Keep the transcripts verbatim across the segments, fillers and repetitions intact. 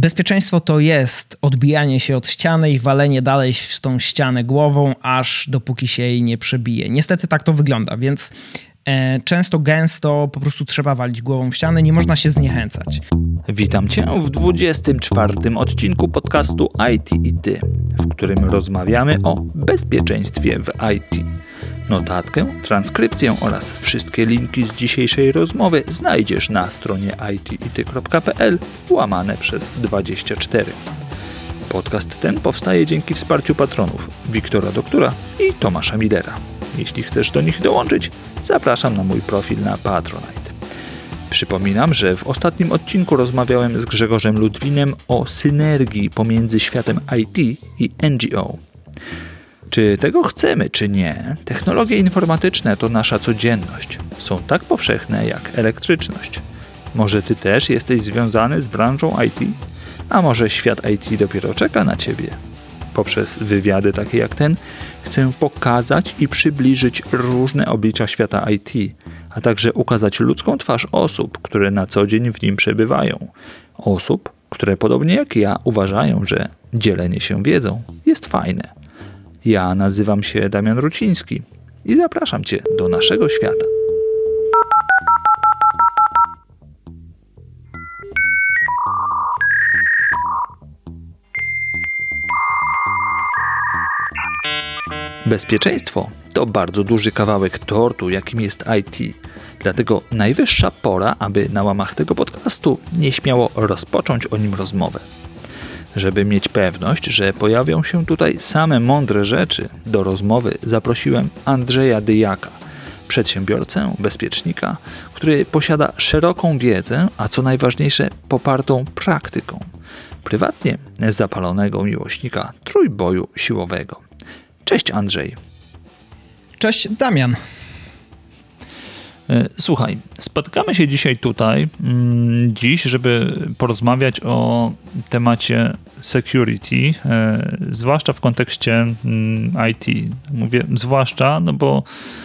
Bezpieczeństwo to jest odbijanie się od ściany i walenie dalej w tą ścianę głową, aż dopóki się jej nie przebije. Niestety tak to wygląda, więc e, często, gęsto po prostu trzeba walić głową w ścianę, nie można się zniechęcać. Witam Cię w dwudziestym czwartym odcinku podcastu I T i Ty, w którym rozmawiamy o bezpieczeństwie w I T. Notatkę, transkrypcję oraz wszystkie linki z dzisiejszej rozmowy znajdziesz na stronie i t i ty kropka p l łamane przez dwadzieścia cztery. Podcast ten powstaje dzięki wsparciu patronów Wiktora Doktora i Tomasza Millera. Jeśli chcesz do nich dołączyć, zapraszam na mój profil na Patronite. Przypominam, że w ostatnim odcinku rozmawiałem z Grzegorzem Ludwinem o synergii pomiędzy światem I T i N G O. Czy tego chcemy, czy nie, technologie informatyczne to nasza codzienność. Są tak powszechne jak elektryczność. Może ty też jesteś związany z branżą I T? A może świat I T dopiero czeka na ciebie? Poprzez wywiady takie jak ten chcę pokazać i przybliżyć różne oblicza świata I T, a także ukazać ludzką twarz osób, które na co dzień w nim przebywają. Osób, które podobnie jak ja uważają, że dzielenie się wiedzą jest fajne. Ja nazywam się Damian Ruciński i zapraszam Cię do naszego świata. Bezpieczeństwo to bardzo duży kawałek tortu, jakim jest I T. Dlatego najwyższa pora, aby na łamach tego podcastu nieśmiało rozpocząć o nim rozmowę. Żeby mieć pewność, że pojawią się tutaj same mądre rzeczy, do rozmowy zaprosiłem Andrzeja Dyjaka, przedsiębiorcę, bezpiecznika, który posiada szeroką wiedzę, a co najważniejsze popartą praktyką. Prywatnie zapalonego miłośnika trójboju siłowego. Cześć Andrzej. Cześć Damian. Słuchaj, spotykamy się dzisiaj tutaj, dziś, żeby porozmawiać o temacie security, zwłaszcza w kontekście I T. Mówię zwłaszcza, no bo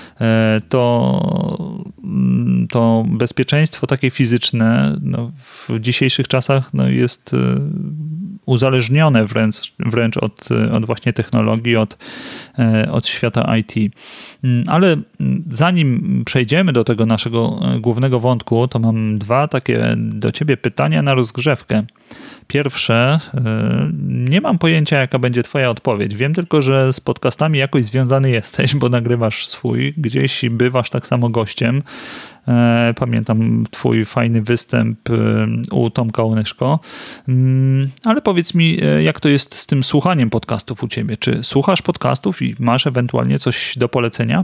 to, to bezpieczeństwo takie fizyczne no, w dzisiejszych czasach no, jest uzależnione wręcz, wręcz od, od właśnie technologii, od, od świata I T. Ale zanim przejdziemy do tego naszego głównego wątku, to mam dwa takie do ciebie pytania na rozgrzewkę. Pierwsze, nie mam pojęcia, jaka będzie twoja odpowiedź. Wiem tylko, że z podcastami jakoś związany jesteś, bo nagrywasz swój, gdzieś bywasz tak samo gościem. Pamiętam twój fajny występ u Tomka Onyszko. Ale powiedz mi, jak to jest z tym słuchaniem podcastów u ciebie? Czy słuchasz podcastów i masz ewentualnie coś do polecenia?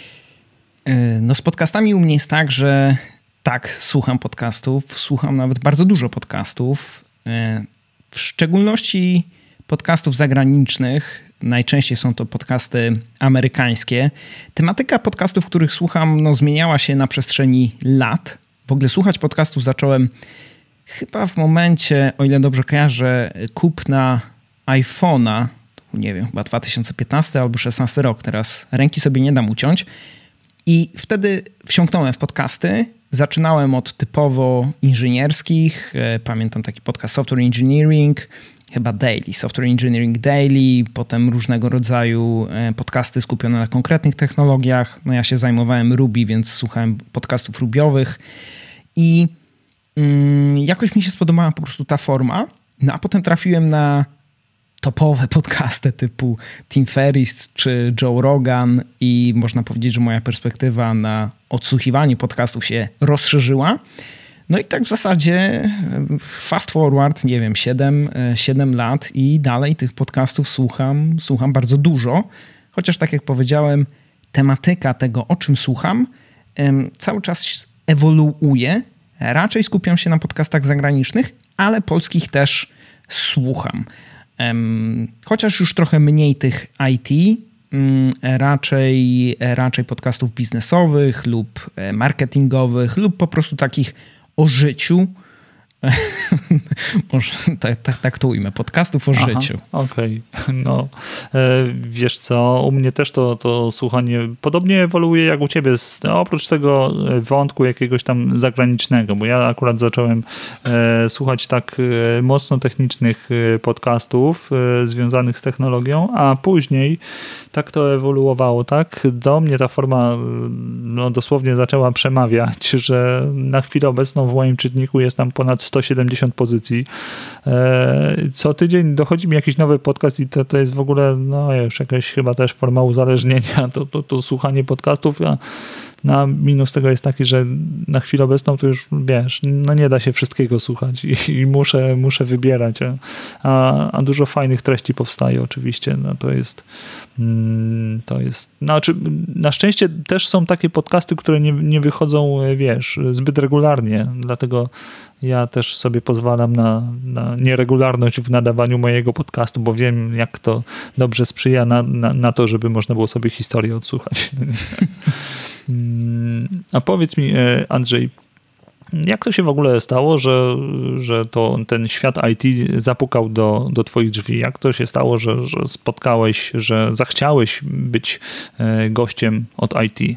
No z podcastami u mnie jest tak, że tak, słucham podcastów. Słucham nawet bardzo dużo podcastów. W szczególności podcastów zagranicznych. Najczęściej są to podcasty amerykańskie. Tematyka podcastów, których słucham, no, zmieniała się na przestrzeni lat. W ogóle słuchać podcastów zacząłem chyba w momencie, o ile dobrze kojarzę, kupna iPhone'a, nie wiem, chyba dwa tysiące piętnasty albo szesnasty rok. Teraz ręki sobie nie dam uciąć. I wtedy wsiąknąłem w podcasty. Zaczynałem od typowo inżynierskich. Pamiętam taki podcast Software Engineering, chyba Daily, Software Engineering Daily, potem różnego rodzaju podcasty skupione na konkretnych technologiach. No ja się zajmowałem Ruby, więc słuchałem podcastów rubiowych i mm, jakoś mi się spodobała po prostu ta forma. No a potem trafiłem na topowe podcasty typu Tim Ferriss czy Joe Rogan i można powiedzieć, że moja perspektywa na odsłuchiwanie podcastów się rozszerzyła. No i tak w zasadzie fast forward, nie wiem, siedem lat i dalej tych podcastów słucham, słucham bardzo dużo. Chociaż tak jak powiedziałem, tematyka tego, o czym słucham, cały czas ewoluuje. Raczej skupiam się na podcastach zagranicznych, ale polskich też słucham. Chociaż już trochę mniej tych I T, raczej, raczej podcastów biznesowych lub marketingowych lub po prostu takich o życiu, Może tak, tak, tak to ujmę. Podcastów o Aha, życiu. Okej. Okay. No, e, wiesz co, u mnie też to, to słuchanie podobnie ewoluuje jak u ciebie. No, oprócz tego wątku jakiegoś tam zagranicznego, bo ja akurat zacząłem e, słuchać tak e, mocno technicznych podcastów e, związanych z technologią, a później tak to ewoluowało, tak? Do mnie ta forma no, dosłownie zaczęła przemawiać, że na chwilę obecną w moim czytniku jest tam ponad sto siedemdziesiąt pozycji. Co tydzień dochodzi mi jakiś nowy podcast i to, to jest w ogóle no już jakaś chyba też forma uzależnienia, to, to, to słuchanie podcastów, a na minus tego jest taki, że na chwilę obecną to już, wiesz, no nie da się wszystkiego słuchać i, i muszę, muszę wybierać, a, a dużo fajnych treści powstaje oczywiście, no to jest to jest, znaczy na szczęście też są takie podcasty, które nie, nie wychodzą, wiesz, zbyt regularnie, dlatego ja też sobie pozwalam na, na nieregularność w nadawaniu mojego podcastu, bo wiem, jak to dobrze sprzyja na, na, na to, żeby można było sobie historię odsłuchać. A powiedz mi, Andrzej, jak to się w ogóle stało, że, że to, ten świat I T zapukał do, do twoich drzwi? Jak to się stało, że, że spotkałeś, że zachciałeś być gościem od I T?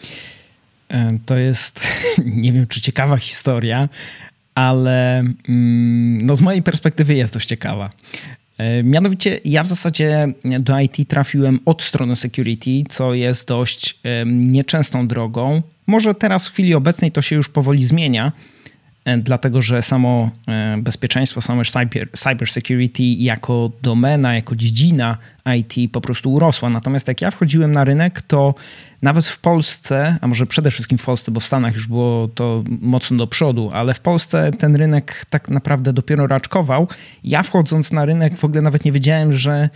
To jest, nie wiem, czy ciekawa historia, ale no z mojej perspektywy jest dość ciekawa. Mianowicie ja w zasadzie do I T trafiłem od strony security, co jest dość nieczęstą drogą. Może teraz w chwili obecnej to się już powoli zmienia, dlatego że samo bezpieczeństwo, samo cyber, cyber security jako domena, jako dziedzina I T po prostu urosła. Natomiast jak ja wchodziłem na rynek, to nawet w Polsce, a może przede wszystkim w Polsce, bo w Stanach już było to mocno do przodu, ale w Polsce ten rynek tak naprawdę dopiero raczkował. Ja wchodząc na rynek w ogóle nawet nie wiedziałem, że...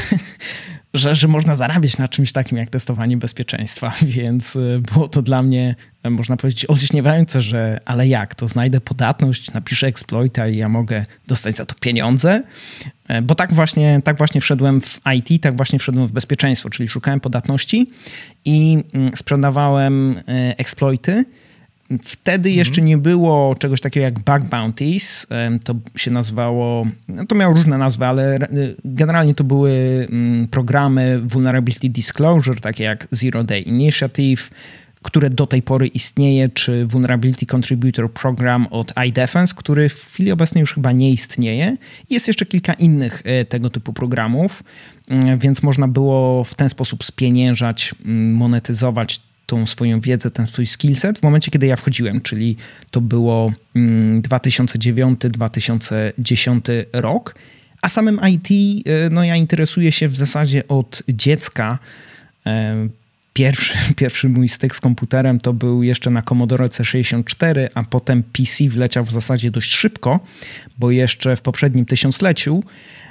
Że, że można zarabiać na czymś takim jak testowanie bezpieczeństwa, więc było to dla mnie, można powiedzieć, olśniewające, że ale jak, to znajdę podatność, napiszę exploita i ja mogę dostać za to pieniądze, bo tak właśnie, tak właśnie wszedłem w I T, tak właśnie wszedłem w bezpieczeństwo, czyli szukałem podatności i sprzedawałem exploity. Wtedy jeszcze nie było czegoś takiego jak bug bounties, to się nazywało, no to miało różne nazwy, ale generalnie to były programy Vulnerability Disclosure, takie jak Zero Day Initiative, które do tej pory istnieje, czy Vulnerability Contributor Program od iDefense, który w chwili obecnej już chyba nie istnieje. Jest jeszcze kilka innych tego typu programów, więc można było w ten sposób spieniężać, monetyzować tą swoją wiedzę, ten swój skillset w momencie, kiedy ja wchodziłem, czyli to było dwa tysiące dziewiąty dwa tysiące dziesiąty rok, a samym I T, no ja interesuję się w zasadzie od dziecka. Pierwszy, pierwszy mój styk z komputerem to był jeszcze na Commodore C sześćdziesiąt cztery, a potem P C wleciał w zasadzie dość szybko, bo jeszcze w poprzednim tysiącleciu.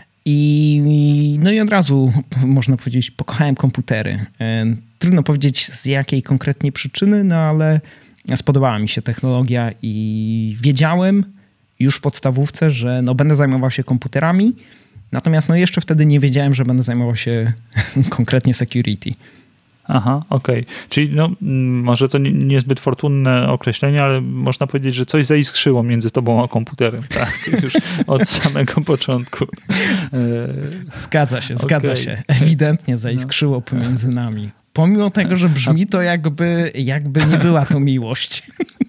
I, no i od razu, można powiedzieć, pokochałem komputery. Trudno powiedzieć z jakiej konkretnie przyczyny, no ale spodobała mi się technologia i wiedziałem już w podstawówce, że no będę zajmował się komputerami, natomiast no jeszcze wtedy nie wiedziałem, że będę zajmował się konkretnie security. Aha, okej. Okay. Czyli no, może to niezbyt fortunne określenie, ale można powiedzieć, że coś zaiskrzyło między tobą a komputerem, tak? Już od samego początku. Zgadza się, zgadza okay. się. Ewidentnie zaiskrzyło no. pomiędzy nami. Pomimo tego, że brzmi to jakby, jakby nie była to miłość.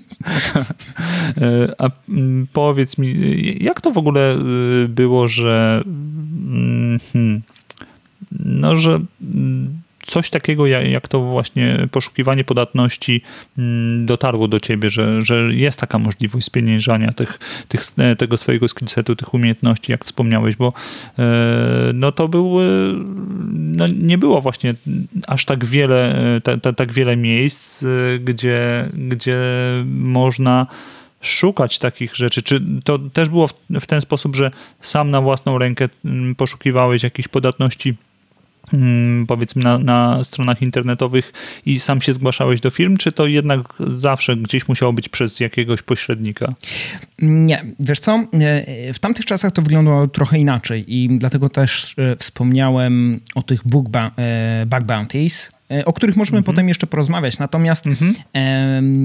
A powiedz mi, jak to w ogóle było, że hmm, no, że coś takiego jak to właśnie poszukiwanie podatności dotarło do ciebie, że, że jest taka możliwość spieniężania tych, tych, tego swojego skillsetu, tych umiejętności, jak wspomniałeś, bo no to był, no nie było właśnie aż tak wiele, ta, ta, tak wiele miejsc, gdzie, gdzie można szukać takich rzeczy. Czy to też było w, w ten sposób, że sam na własną rękę poszukiwałeś jakichś podatności, powiedzmy na, na stronach internetowych i sam się zgłaszałeś do firm, czy to jednak zawsze gdzieś musiało być przez jakiegoś pośrednika? Nie, wiesz co, w tamtych czasach to wyglądało trochę inaczej i dlatego też wspomniałem o tych bug, bug bounties, o których możemy mhm. potem jeszcze porozmawiać. Natomiast mhm.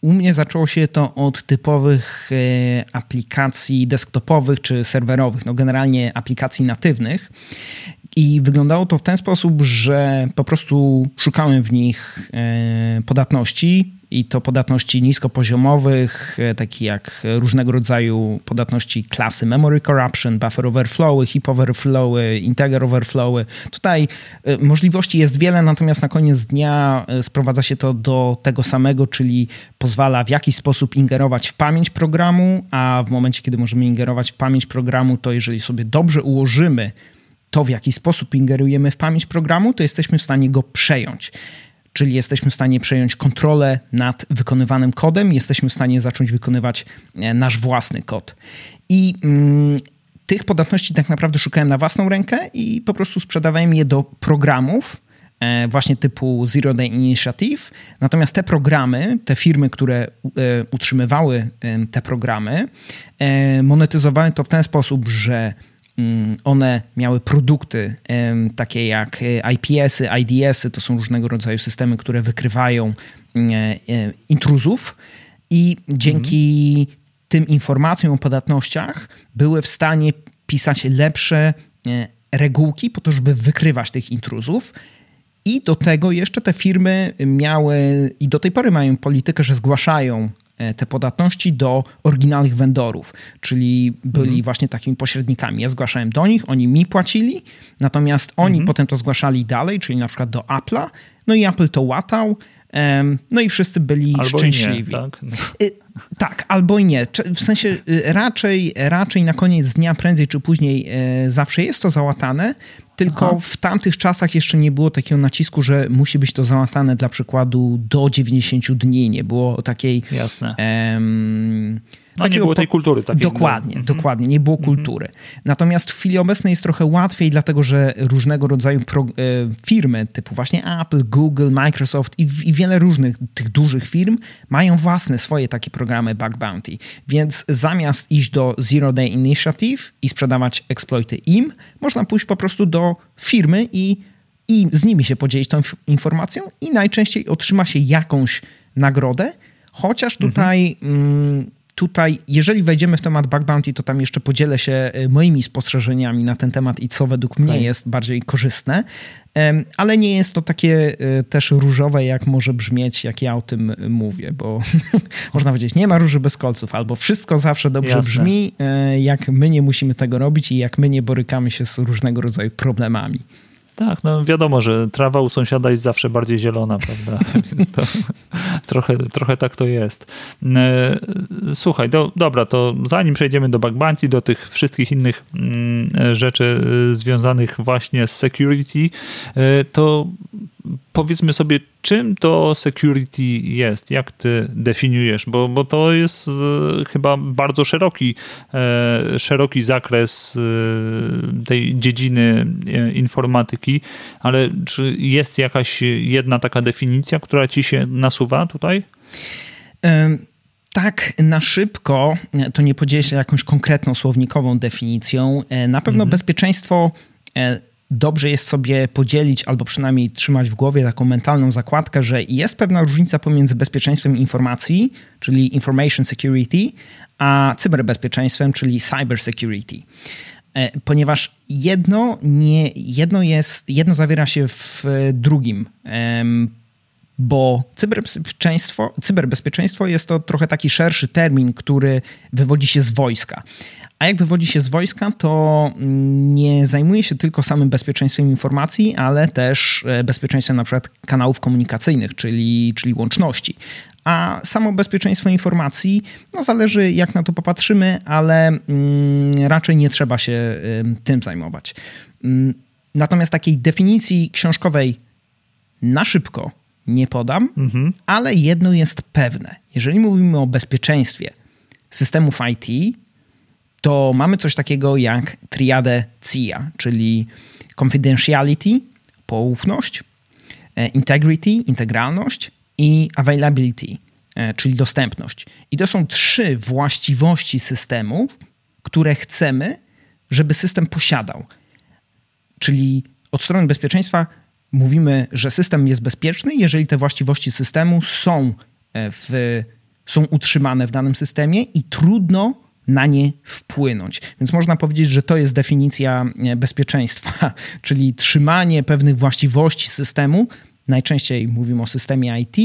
u mnie zaczęło się to od typowych aplikacji desktopowych czy serwerowych, no generalnie aplikacji natywnych. I wyglądało to w ten sposób, że po prostu szukałem w nich podatności i to podatności niskopoziomowych, takie jak różnego rodzaju podatności klasy memory corruption, buffer overflowy, heap overflowy, integer overflowy. Tutaj możliwości jest wiele, natomiast na koniec dnia sprowadza się to do tego samego, czyli pozwala w jakiś sposób ingerować w pamięć programu, a w momencie, kiedy możemy ingerować w pamięć programu, to jeżeli sobie dobrze ułożymy to, w jaki sposób ingerujemy w pamięć programu, to jesteśmy w stanie go przejąć. Czyli jesteśmy w stanie przejąć kontrolę nad wykonywanym kodem, jesteśmy w stanie zacząć wykonywać nasz własny kod. I mm, tych podatności tak naprawdę szukałem na własną rękę i po prostu sprzedawałem je do programów e, właśnie typu Zero Day Initiative. Natomiast te programy, te firmy, które e, utrzymywały e, te programy, e, monetyzowały to w ten sposób, że one miały produkty takie jak I P S-y, I D S-y, to są różnego rodzaju systemy, które wykrywają intruzów i dzięki mhm. tym informacjom o podatnościach były w stanie pisać lepsze regułki po to, żeby wykrywać tych intruzów. I do tego jeszcze te firmy miały i do tej pory mają politykę, że zgłaszają te podatności do oryginalnych vendorów, czyli byli mhm. właśnie takimi pośrednikami. Ja zgłaszałem do nich, oni mi płacili, natomiast oni mhm. potem to zgłaszali dalej, czyli na przykład do Apple'a, no i Apple to łatał, no i wszyscy byli albo szczęśliwi. Nie, tak? No. Tak, albo i nie. W sensie raczej, raczej na koniec dnia, prędzej czy później zawsze jest to załatane, tylko Aha. w tamtych czasach jeszcze nie było takiego nacisku, że musi być to załatane dla przykładu do dziewięćdziesięciu dni. Nie było takiej... Jasne. Em, No nie było tej kultury. Takiej, dokładnie, no. dokładnie. Nie było kultury. Mm-hmm. Natomiast w chwili obecnej jest trochę łatwiej, dlatego że różnego rodzaju pro, e, firmy typu właśnie Apple, Google, Microsoft i, i wiele różnych tych dużych firm mają własne swoje takie programy bug bounty. Więc zamiast iść do Zero Day Initiative i sprzedawać exploity im, można pójść po prostu do firmy i, i z nimi się podzielić tą informacją i najczęściej otrzyma się jakąś nagrodę, chociaż tutaj... Mm-hmm. Mm, Tutaj, jeżeli wejdziemy w temat bug bounty, to tam jeszcze podzielę się moimi spostrzeżeniami na ten temat i co według mnie jest bardziej korzystne, ale nie jest to takie też różowe, jak może brzmieć, jak ja o tym mówię, bo można powiedzieć, nie ma róży bez kolców, albo wszystko zawsze dobrze Jasne. brzmi, jak my nie musimy tego robić i jak my nie borykamy się z różnego rodzaju problemami. Tak, no wiadomo, że trawa u sąsiada jest zawsze bardziej zielona, prawda? Więc to trochę, trochę tak to jest. Słuchaj, do, dobra, to zanim przejdziemy do bug bounty, do tych wszystkich innych rzeczy związanych właśnie z security, to powiedzmy sobie, czym to security jest? Jak ty definiujesz? Bo, bo to jest e, chyba bardzo szeroki, e, szeroki zakres e, tej dziedziny e, informatyki, ale czy jest jakaś jedna taka definicja, która ci się nasuwa tutaj? Um. Tak na szybko, to nie podzielę się jakąś konkretną słownikową definicją. Na pewno mhm. bezpieczeństwo dobrze jest sobie podzielić albo przynajmniej trzymać w głowie taką mentalną zakładkę, że jest pewna różnica pomiędzy bezpieczeństwem informacji, czyli information security, a cyberbezpieczeństwem, czyli cyber security. Ponieważ jedno, nie, jedno, jest, jedno zawiera się w drugim. Bo cyberbezpieczeństwo, cyberbezpieczeństwo jest to trochę taki szerszy termin, który wywodzi się z wojska. A jak wywodzi się z wojska, to nie zajmuje się tylko samym bezpieczeństwem informacji, ale też bezpieczeństwem na przykład kanałów komunikacyjnych, czyli, czyli łączności. A samo bezpieczeństwo informacji, no zależy jak na to popatrzymy, ale mm, raczej nie trzeba się y, tym zajmować. Mm, natomiast takiej definicji książkowej na szybko nie podam, mhm. ale jedno jest pewne. Jeżeli mówimy o bezpieczeństwie systemów I T, to mamy coś takiego jak triadę C I A, czyli confidentiality, poufność, integrity, integralność i availability, czyli dostępność. I to są trzy właściwości systemu, które chcemy, żeby system posiadał. Czyli od strony bezpieczeństwa mówimy, że system jest bezpieczny, jeżeli te właściwości systemu są w są utrzymane w danym systemie i trudno na nie wpłynąć. Więc można powiedzieć, że to jest definicja bezpieczeństwa, czyli trzymanie pewnych właściwości systemu, najczęściej mówimy o systemie I T,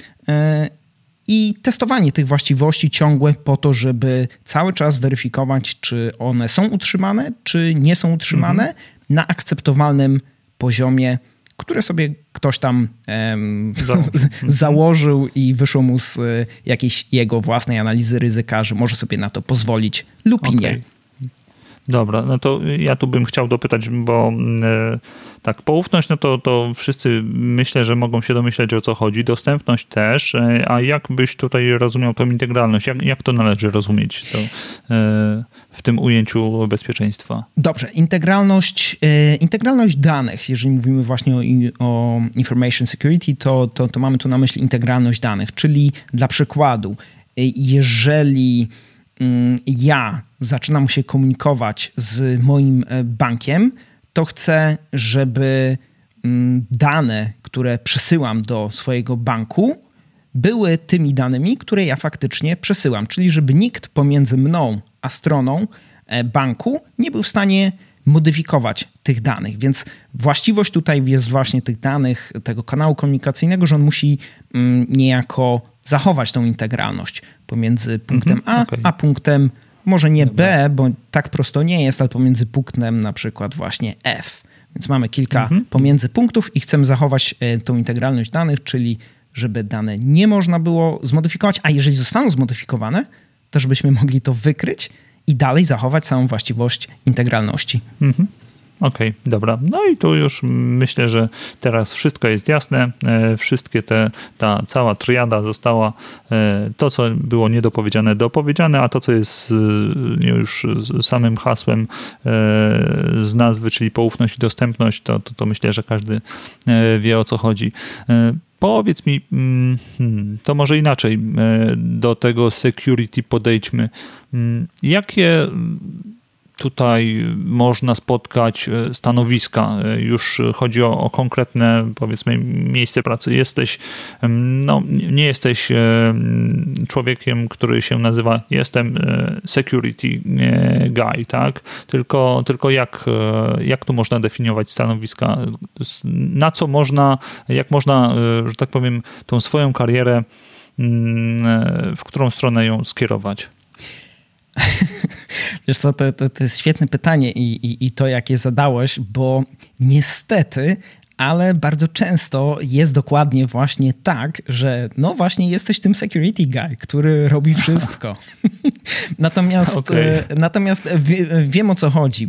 i testowanie tych właściwości ciągłe po to, żeby cały czas weryfikować, czy one są utrzymane, czy nie są utrzymane mhm. na akceptowalnym poziomie, które sobie ktoś tam um, z, założył i wyszło mu z jakiejś jego własnej analizy ryzyka, że może sobie na to pozwolić lub okay. i nie. Dobra, no to ja tu bym chciał dopytać, bo e, tak, poufność, no to, to wszyscy myślę, że mogą się domyśleć, o co chodzi. Dostępność też, e, a jak byś tutaj rozumiał tą integralność? Jak, jak to należy rozumieć to, e, w tym ujęciu bezpieczeństwa? Dobrze, integralność, e, integralność danych, jeżeli mówimy właśnie o, o information security, to, to, to mamy tu na myśli integralność danych, czyli dla przykładu, jeżeli ja zaczynam się komunikować z moim bankiem, to chcę, żeby dane, które przesyłam do swojego banku, były tymi danymi, które ja faktycznie przesyłam. Czyli żeby nikt pomiędzy mną a stroną banku nie był w stanie modyfikować tych danych. Więc właściwość tutaj jest właśnie tych danych, tego kanału komunikacyjnego, że on musi niejako zachować tą integralność pomiędzy punktem A okay. a punktem, może nie Dobra. B, bo tak prosto nie jest, ale pomiędzy punktem na przykład właśnie F. Więc mamy kilka mhm. pomiędzy punktów i chcemy zachować tą integralność danych, czyli żeby dane nie można było zmodyfikować, a jeżeli zostaną zmodyfikowane, to żebyśmy mogli to wykryć i dalej zachować samą właściwość integralności. Mhm. Okej, okay, dobra. No i tu już myślę, że teraz wszystko jest jasne. Wszystkie te, ta cała triada została, to co było niedopowiedziane, dopowiedziane, a to co jest już samym hasłem z nazwy, czyli poufność i dostępność, to, to, to myślę, że każdy wie, o co chodzi. Powiedz mi, to może inaczej do tego security podejdźmy. Jakie tutaj można spotkać stanowiska? Już chodzi o, o konkretne, powiedzmy, miejsce pracy. Jesteś, no, nie jesteś człowiekiem, który się nazywa jestem security guy, tak? Tylko, tylko jak, jak tu można definiować stanowiska? Na co można, jak można, że tak powiem, tą swoją karierę, w którą stronę ją skierować? Wiesz co, to, to, to jest świetne pytanie i, i, i to, jak je zadałeś, bo niestety, ale bardzo często jest dokładnie właśnie tak, że no właśnie jesteś tym security guy, który robi wszystko. natomiast okay. natomiast wie, wiem, o co chodzi.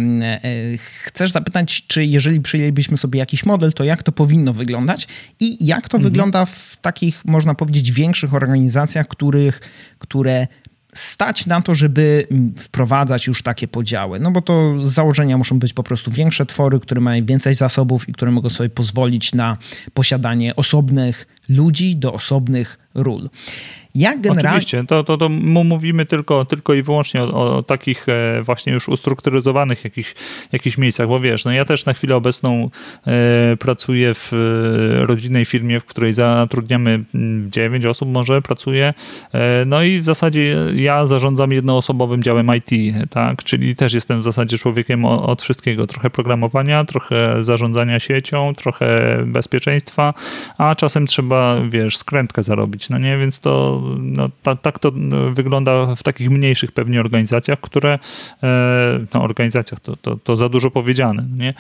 Chcesz zapytać, czy jeżeli przyjęlibyśmy sobie jakiś model, to jak to powinno wyglądać i jak to mhm. wygląda w takich, można powiedzieć, większych organizacjach, których, które stać na to, żeby wprowadzać już takie podziały. No bo to z założenia muszą być po prostu większe twory, które mają więcej zasobów i które mogą sobie pozwolić na posiadanie osobnych ludzi do osobnych ról. Jak generalnie... Oczywiście, to, to, to mówimy tylko, tylko i wyłącznie o, o takich właśnie już ustrukturyzowanych jakichś, jakichś miejscach, bo wiesz, no ja też na chwilę obecną e, pracuję w rodzinnej firmie, w której zatrudniamy dziewięć osób, może pracuję, e, no i w zasadzie ja zarządzam jednoosobowym działem I T, tak, czyli też jestem w zasadzie człowiekiem od wszystkiego, trochę programowania, trochę zarządzania siecią, trochę bezpieczeństwa, a czasem trzeba, wiesz, skrętkę zarobić, no nie, więc to no, ta, tak to wygląda w takich mniejszych pewnie organizacjach, które, no organizacjach to, to, to za dużo powiedziane, nie?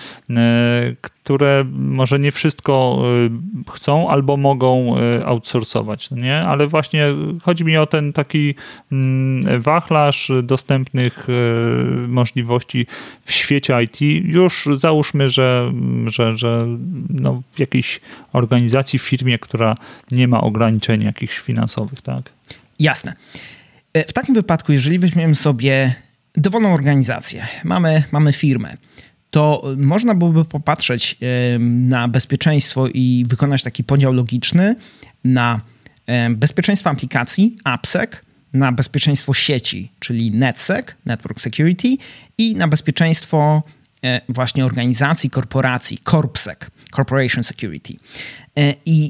Które może nie wszystko chcą albo mogą outsourcować, nie? Ale właśnie chodzi mi o ten taki wachlarz dostępnych możliwości w świecie I T. Już załóżmy, że, że, że no w jakiejś organizacji, w firmie, która nie ma ograniczeń jakichś finansowych, tak? Jasne. W takim wypadku, jeżeli weźmiemy sobie dowolną organizację, mamy, mamy firmę, to można byłoby popatrzeć na bezpieczeństwo i wykonać taki podział logiczny na bezpieczeństwo aplikacji, AppSec, na bezpieczeństwo sieci, czyli NetSec, Network Security, i na bezpieczeństwo właśnie organizacji, korporacji, CorpSec, Corporation Security. I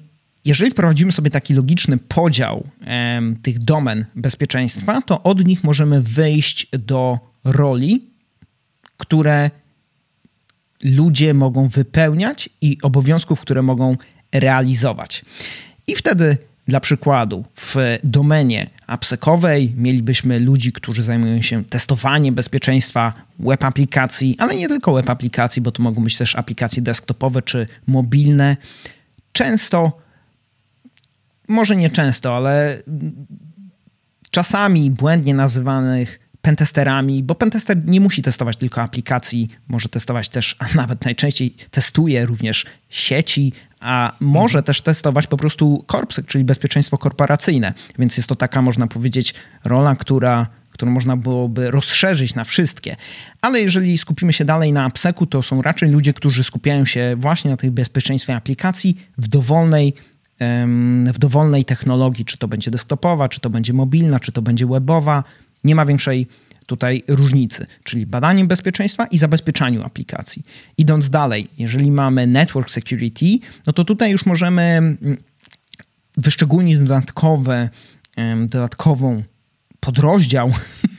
jeżeli wprowadzimy sobie taki logiczny podział em, tych domen bezpieczeństwa, to od nich możemy wyjść do roli, które ludzie mogą wypełniać i obowiązków, które mogą realizować. I wtedy dla przykładu w domenie AppSecowej mielibyśmy ludzi, którzy zajmują się testowaniem bezpieczeństwa web aplikacji, ale nie tylko web aplikacji, bo to mogą być też aplikacje desktopowe czy mobilne. Często, może nie często, ale czasami błędnie nazywanych pentesterami, bo pentester nie musi testować tylko aplikacji, może testować też, a nawet najczęściej testuje również sieci, a może mhm. też testować po prostu korpsek, czyli bezpieczeństwo korporacyjne. Więc jest to taka, można powiedzieć, rola, która, którą można byłoby rozszerzyć na wszystkie. Ale jeżeli skupimy się dalej na AppSecu, to są raczej ludzie, którzy skupiają się właśnie na tej bezpieczeństwie aplikacji w dowolnej w dowolnej technologii, czy to będzie desktopowa, czy to będzie mobilna, czy to będzie webowa. Nie ma większej tutaj różnicy, czyli badaniem bezpieczeństwa i zabezpieczaniu aplikacji. Idąc dalej, jeżeli mamy network security, no to tutaj już możemy wyszczególnić dodatkowe, dodatkową podrozdział,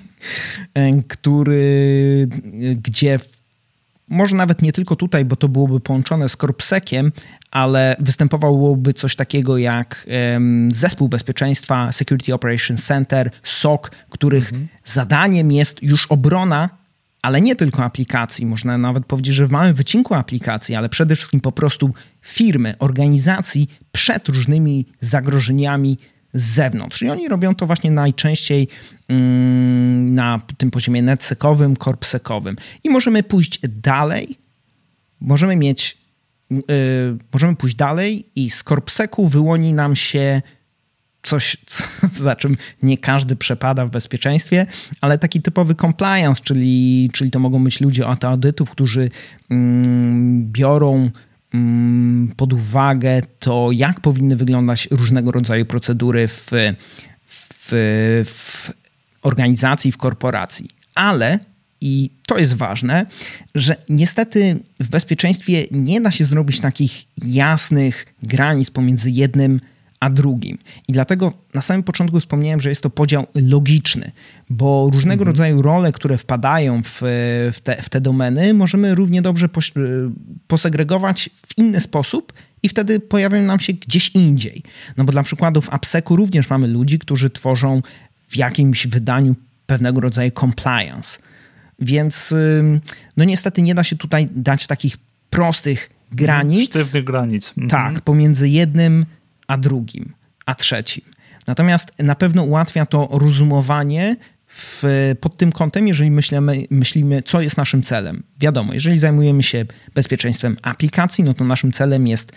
który, gdzie może nawet nie tylko tutaj, bo to byłoby połączone z korpsekiem, ale występowałoby coś takiego jak um, zespół bezpieczeństwa Security Operations Center, S O C, których mhm. zadaniem jest już obrona, ale nie tylko aplikacji. Można nawet powiedzieć, że w małym wycinku aplikacji, ale przede wszystkim po prostu firmy, organizacji przed różnymi zagrożeniami z zewnątrz. I oni robią to właśnie najczęściej mm, na tym poziomie netsekowym, korpsekowym. I możemy pójść dalej, możemy mieć, yy, możemy pójść dalej i z korpseku wyłoni nam się coś, co, za czym nie każdy przepada w bezpieczeństwie, ale taki typowy compliance, czyli, czyli to mogą być ludzie od audytów, którzy mm, biorą pod uwagę to, jak powinny wyglądać różnego rodzaju procedury w, w, w organizacji, w korporacji. Ale, i to jest ważne, że niestety w bezpieczeństwie nie da się zrobić takich jasnych granic pomiędzy jednym a drugim. I dlatego na samym początku wspomniałem, że jest to podział logiczny, bo różnego mhm. rodzaju role, które wpadają w, w, te, w te domeny, możemy równie dobrze pos, posegregować w inny sposób i wtedy pojawią nam się gdzieś indziej. No bo dla przykładu w AppSecu również mamy ludzi, którzy tworzą w jakimś wydaniu pewnego rodzaju compliance. Więc no niestety nie da się tutaj dać takich prostych granic. Sztywnych granic. Mhm. Tak, pomiędzy jednym a drugim, a trzecim. Natomiast na pewno ułatwia to rozumowanie w, pod tym kątem, jeżeli myślimy, myślimy, co jest naszym celem. Wiadomo, jeżeli zajmujemy się bezpieczeństwem aplikacji, no to naszym celem jest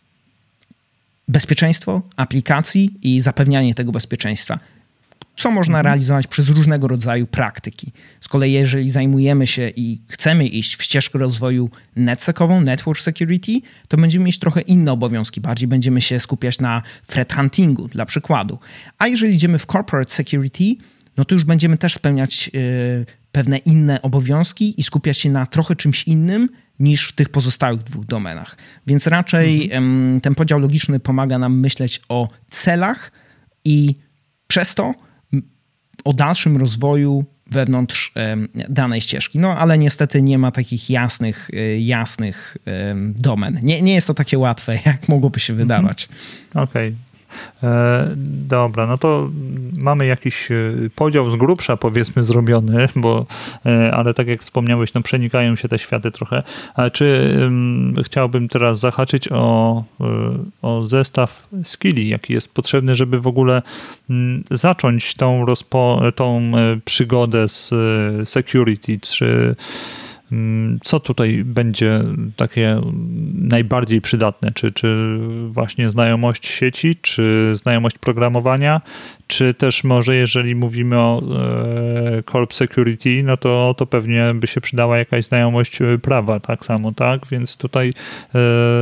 bezpieczeństwo aplikacji i zapewnianie tego bezpieczeństwa, co można mhm. realizować przez różnego rodzaju praktyki. Z kolei jeżeli zajmujemy się i chcemy iść w ścieżkę rozwoju netsekową, network security, to będziemy mieć trochę inne obowiązki. Bardziej będziemy się skupiać na threat huntingu, dla przykładu. A jeżeli idziemy w corporate security, no to już będziemy też spełniać yy, pewne inne obowiązki i skupiać się na trochę czymś innym niż w tych pozostałych dwóch domenach. Więc raczej mhm. yy, ten podział logiczny pomaga nam myśleć o celach i przez to o dalszym rozwoju wewnątrz danej ścieżki. No ale niestety nie ma takich jasnych, jasnych domen. Nie, nie jest to takie łatwe, jak mogłoby się wydawać. Okej. Okay. Dobra, no to mamy jakiś podział z grubsza, powiedzmy, zrobiony, bo, ale tak jak wspomniałeś, no przenikają się te światy trochę. A czy um, chciałbym teraz zahaczyć o, o zestaw skilli, jaki jest potrzebny, żeby w ogóle um, zacząć tą, rozpo, tą przygodę z security, czy co tutaj będzie takie najbardziej przydatne? Czy, czy właśnie znajomość sieci, czy znajomość programowania, czy też może jeżeli mówimy o e, Corp Security, no to, to pewnie by się przydała jakaś znajomość prawa tak samo, tak? Więc tutaj e,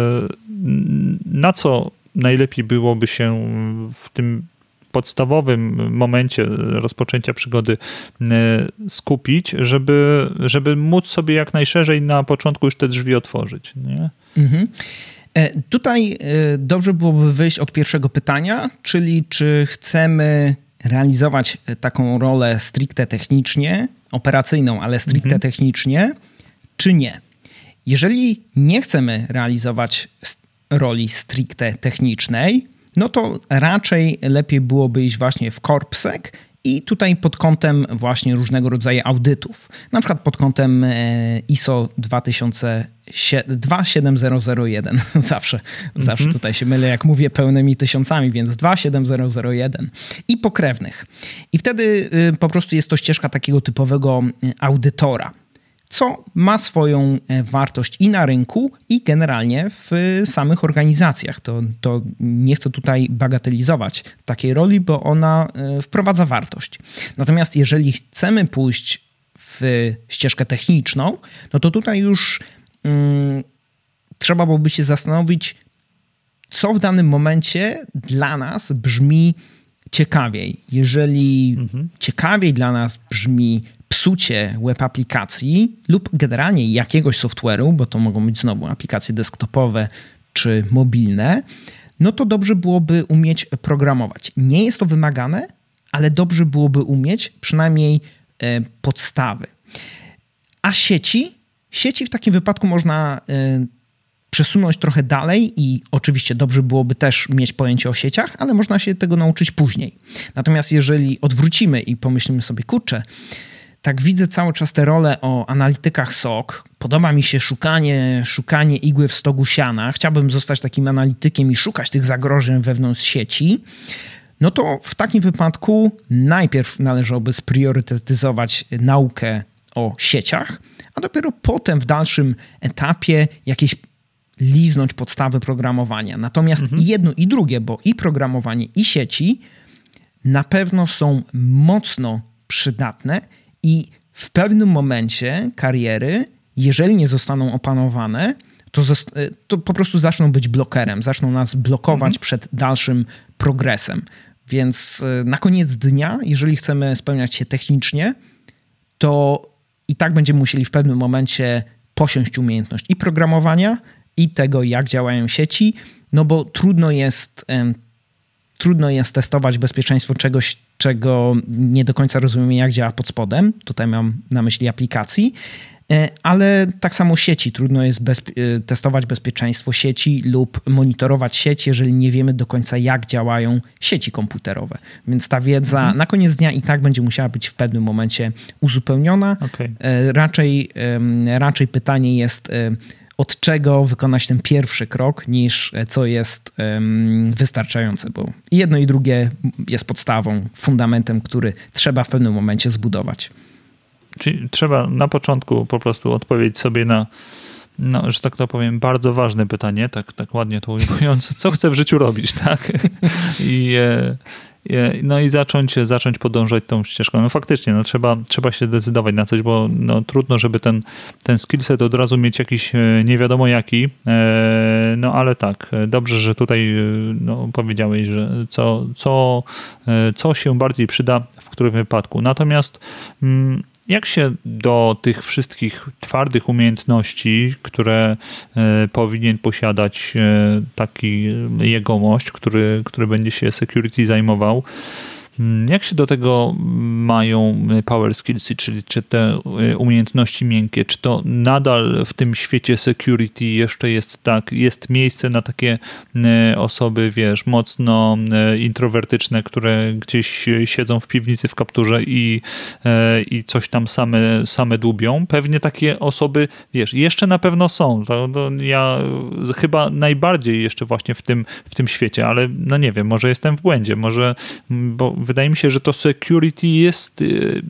na co najlepiej byłoby się w tym podstawowym momencie rozpoczęcia przygody skupić, żeby, żeby móc sobie jak najszerzej na początku już te drzwi otworzyć, nie? Mhm. Tutaj dobrze byłoby wyjść od pierwszego pytania, czyli czy chcemy realizować taką rolę stricte technicznie, operacyjną, ale stricte mhm. technicznie, czy nie. Jeżeli nie chcemy realizować roli stricte technicznej, no to raczej lepiej byłoby iść właśnie w CorpSec i tutaj pod kątem właśnie różnego rodzaju audytów. Na przykład pod kątem I S O dwa siedem zero zero jeden. Zawsze, mm-hmm. zawsze tutaj się mylę, jak mówię pełnymi tysiącami, więc dwa siedem zero zero jeden. I pokrewnych. I wtedy po prostu jest to ścieżka takiego typowego audytora, co ma swoją wartość i na rynku, i generalnie w samych organizacjach. To, to nie chcę tutaj bagatelizować takiej roli, bo ona wprowadza wartość. Natomiast jeżeli chcemy pójść w ścieżkę techniczną, no to tutaj już hmm, trzeba byłoby się zastanowić, co w danym momencie dla nas brzmi ciekawiej. Jeżeli mhm. ciekawiej dla nas brzmi psucie web aplikacji lub generalnie jakiegoś software'u, bo to mogą być znowu aplikacje desktopowe czy mobilne, no to dobrze byłoby umieć programować. Nie jest to wymagane, ale dobrze byłoby umieć przynajmniej e, podstawy. A sieci? Sieci w takim wypadku można e, przesunąć trochę dalej i oczywiście dobrze byłoby też mieć pojęcie o sieciach, ale można się tego nauczyć później. Natomiast jeżeli odwrócimy i pomyślimy sobie, kurczę, tak widzę cały czas te role o analitykach S O C. Podoba mi się szukanie, szukanie igły w stogu siana. Chciałbym zostać takim analitykiem i szukać tych zagrożeń wewnątrz sieci. No to w takim wypadku najpierw należałoby spriorytetyzować naukę o sieciach, a dopiero potem w dalszym etapie jakieś liznąć podstawy programowania. Natomiast mhm. jedno i drugie, bo i programowanie, i sieci na pewno są mocno przydatne i w pewnym momencie kariery, jeżeli nie zostaną opanowane, to, zost- to po prostu zaczną być blokerem, zaczną nas blokować mhm. przed dalszym progresem. Więc na koniec dnia, jeżeli chcemy spełniać się technicznie, to i tak będziemy musieli w pewnym momencie posiąść umiejętność i programowania, i tego, jak działają sieci, no bo trudno jest, um, trudno jest testować bezpieczeństwo czegoś, czego nie do końca rozumiemy, jak działa pod spodem. Tutaj mam na myśli aplikacji, ale tak samo sieci. Trudno jest bezpie- testować bezpieczeństwo sieci lub monitorować sieć, jeżeli nie wiemy do końca, jak działają sieci komputerowe. Więc ta wiedza mhm. na koniec dnia i tak będzie musiała być w pewnym momencie uzupełniona. Okay. Raczej, raczej pytanie jest, od czego wykonać ten pierwszy krok, niż co jest um, wystarczające, bo jedno i drugie jest podstawą, fundamentem, który trzeba w pewnym momencie zbudować. Czyli trzeba na początku po prostu odpowiedzieć sobie na, no, że tak to powiem, bardzo ważne pytanie, tak, tak ładnie to ujmując, co chcę w życiu robić, tak? I e, No i zacząć, zacząć podążać tą ścieżką. No faktycznie, no trzeba, trzeba się zdecydować na coś, bo no trudno, żeby ten, ten skillset od razu mieć jakiś nie wiadomo jaki. No ale tak, dobrze, że tutaj no, powiedziałeś, że co, co, co się bardziej przyda w którym wypadku. Natomiast jak się do tych wszystkich twardych umiejętności, które e, powinien posiadać e, taki jegomość, który, który będzie się security zajmował, jak się do tego mają power skillsy, czyli czy te umiejętności miękkie, czy to nadal w tym świecie security jeszcze jest tak, jest miejsce na takie osoby, wiesz, mocno introwertyczne, które gdzieś siedzą w piwnicy w kapturze i, i coś tam same, same dłubią. Pewnie takie osoby, wiesz, jeszcze na pewno są. To, to ja chyba najbardziej jeszcze właśnie w tym, w tym świecie, ale no nie wiem, może jestem w błędzie, może, bo wydaje mi się, że to security jest yy,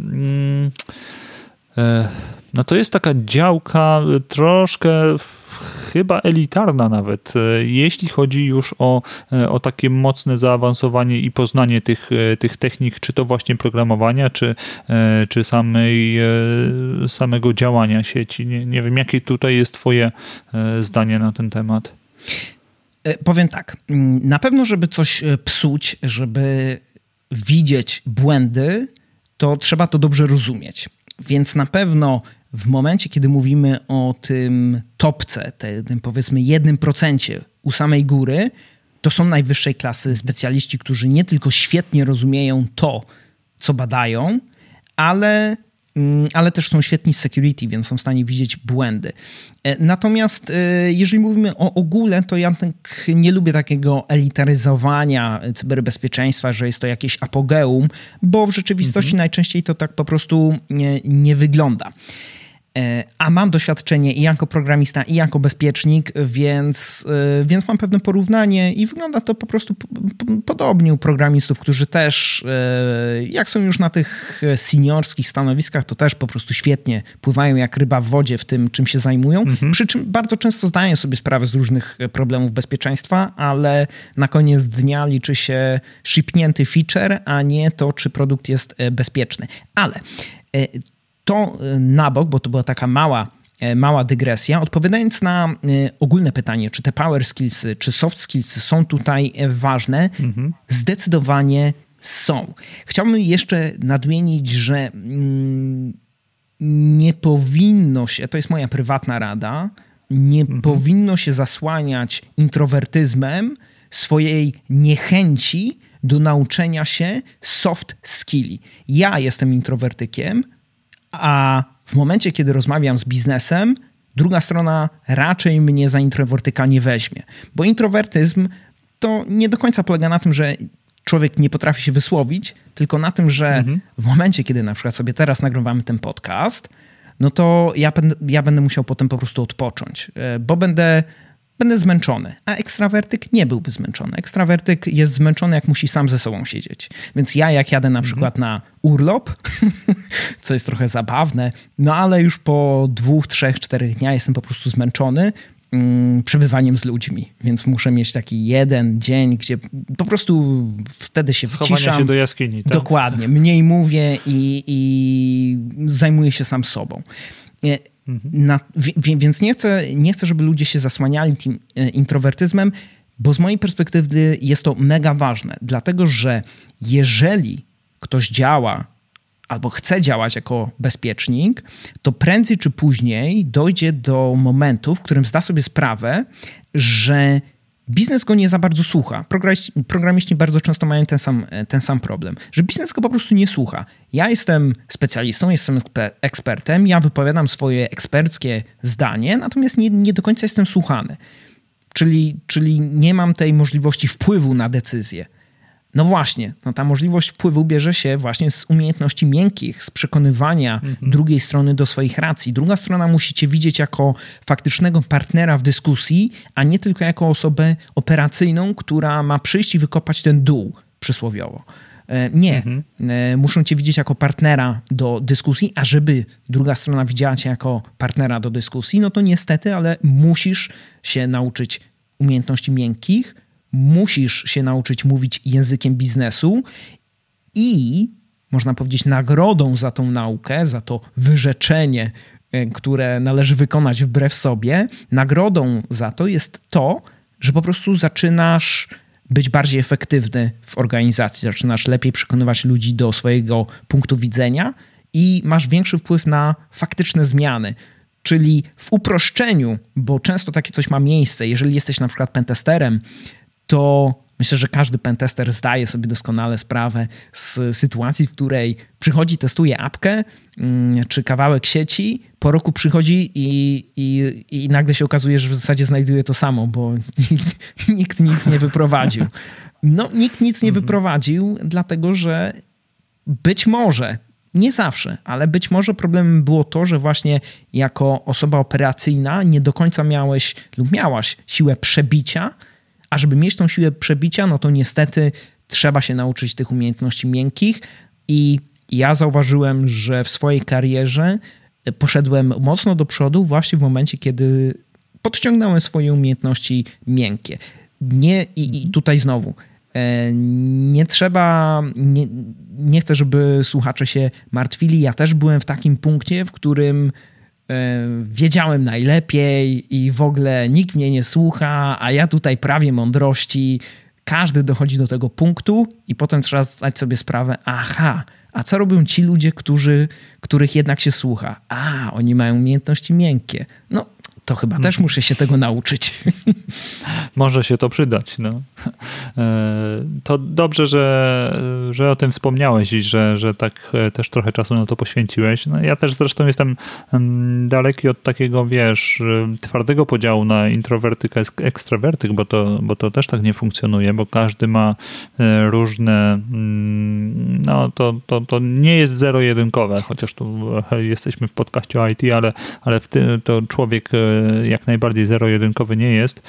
yy, no to jest taka działka troszkę chyba elitarna nawet, jeśli chodzi już o, o takie mocne zaawansowanie i poznanie tych, tych technik, czy to właśnie programowania, czy, czy samej, samego działania sieci. Nie, nie wiem, jakie tutaj jest twoje zdanie na ten temat? Powiem tak, na pewno, żeby coś psuć, żeby widzieć błędy, to trzeba to dobrze rozumieć. Więc na pewno w momencie, kiedy mówimy o tym topce, tym powiedzmy jednym procencie u samej góry, to są najwyższej klasy specjaliści, którzy nie tylko świetnie rozumieją to, co badają, ale, ale też są świetni z security, więc są w stanie widzieć błędy. Natomiast jeżeli mówimy o ogóle, to ja tak nie lubię takiego elitaryzowania cyberbezpieczeństwa, że jest to jakieś apogeum, bo w rzeczywistości mhm. najczęściej to tak po prostu nie, nie wygląda. A mam doświadczenie i jako programista, i jako bezpiecznik, więc, więc mam pewne porównanie i wygląda to po prostu podobnie u programistów, którzy też, jak są już na tych seniorskich stanowiskach, to też po prostu świetnie pływają jak ryba w wodzie w tym, czym się zajmują. Mhm. Przy czym bardzo często zdają sobie sprawę z różnych problemów bezpieczeństwa, ale na koniec dnia liczy się shipnięty feature, a nie to, czy produkt jest bezpieczny. Ale to na bok, bo to była taka mała, mała dygresja. Odpowiadając na ogólne pytanie, czy te power skillsy, czy soft skillsy są tutaj ważne, mhm. zdecydowanie są. Chciałbym jeszcze nadmienić, że nie powinno się, to jest moja prywatna rada, nie mhm. powinno się zasłaniać introwertyzmem swojej niechęci do nauczenia się soft skilli. Ja jestem introwertykiem, a w momencie, kiedy rozmawiam z biznesem, druga strona raczej mnie za introwertyka nie weźmie. Bo introwertyzm to nie do końca polega na tym, że człowiek nie potrafi się wysłowić, tylko na tym, że mhm. w momencie, kiedy na przykład sobie teraz nagrywamy ten podcast, no to ja, ja będę musiał potem po prostu odpocząć, bo będę, będę zmęczony, a ekstrawertyk nie byłby zmęczony. Ekstrawertyk jest zmęczony, jak musi sam ze sobą siedzieć. Więc ja jak jadę na przykład mhm. na urlop, co jest trochę zabawne, no ale już po dwóch, trzech, czterech dniach jestem po prostu zmęczony mm, przebywaniem z ludźmi. Więc muszę mieć taki jeden dzień, gdzie po prostu wtedy się Schowania wyciszam. się do jaskini. Tak? Dokładnie. Mniej mówię i, i zajmuję się sam sobą. Na, więc nie chcę, nie chcę, żeby ludzie się zasłaniali tym introwertyzmem, bo z mojej perspektywy jest to mega ważne, dlatego że jeżeli ktoś działa albo chce działać jako bezpiecznik, to prędzej czy później dojdzie do momentu, w którym zda sobie sprawę, że biznes go nie za bardzo słucha. Programiści, programiści bardzo często mają ten sam, ten sam problem, że biznes go po prostu nie słucha. Ja jestem specjalistą, jestem ekspertem, ja wypowiadam swoje eksperckie zdanie, natomiast nie, nie do końca jestem słuchany. Czyli, czyli nie mam tej możliwości wpływu na decyzję. No właśnie, no ta możliwość wpływu bierze się właśnie z umiejętności miękkich, z przekonywania mhm. drugiej strony do swoich racji. Druga strona musi cię widzieć jako faktycznego partnera w dyskusji, a nie tylko jako osobę operacyjną, która ma przyjść i wykopać ten dół przysłowiowo. Nie, mhm. muszą cię widzieć jako partnera do dyskusji, a żeby druga strona widziała cię jako partnera do dyskusji, no to niestety, ale musisz się nauczyć umiejętności miękkich, musisz się nauczyć mówić językiem biznesu i można powiedzieć nagrodą za tą naukę, za to wyrzeczenie, które należy wykonać wbrew sobie, nagrodą za to jest to, że po prostu zaczynasz być bardziej efektywny w organizacji, zaczynasz lepiej przekonywać ludzi do swojego punktu widzenia i masz większy wpływ na faktyczne zmiany. Czyli w uproszczeniu, bo często takie coś ma miejsce, jeżeli jesteś na przykład pentesterem, to myślę, że każdy pentester zdaje sobie doskonale sprawę z sytuacji, w której przychodzi, testuje apkę czy kawałek sieci, po roku przychodzi i, i, i nagle się okazuje, że w zasadzie znajduje to samo, bo nikt, nikt nic nie wyprowadził. No, nikt nic nie wyprowadził, dlatego że być może, nie zawsze, ale być może problemem było to, że właśnie jako osoba operacyjna nie do końca miałeś lub miałaś siłę przebicia, a żeby mieć tą siłę przebicia, no to niestety trzeba się nauczyć tych umiejętności miękkich i ja zauważyłem, że w swojej karierze poszedłem mocno do przodu właśnie w momencie, kiedy podciągnąłem swoje umiejętności miękkie. Nie, i, i tutaj znowu, nie trzeba, nie, nie chcę, żeby słuchacze się martwili. Ja też byłem w takim punkcie, w którym wiedziałem najlepiej i w ogóle nikt mnie nie słucha, a ja tutaj prawie mądrości. Każdy dochodzi do tego punktu i potem trzeba zdać sobie sprawę, aha, a co robią ci ludzie, którzy, których jednak się słucha? A, oni mają umiejętności miękkie. No, To chyba hmm. też muszę się tego nauczyć. Może się to przydać. No. To dobrze, że, że o tym wspomniałeś i że, że tak też trochę czasu na to poświęciłeś. No, ja też zresztą jestem daleki od takiego, wiesz, twardego podziału na introwertyk, ekstrawertyk, bo to, bo to też tak nie funkcjonuje, bo każdy ma różne, no to, to, to nie jest zero-jedynkowe, chociaż tu jesteśmy w podcaście o I T, ale, ale w tym, to człowiek jak najbardziej zero-jedynkowy nie jest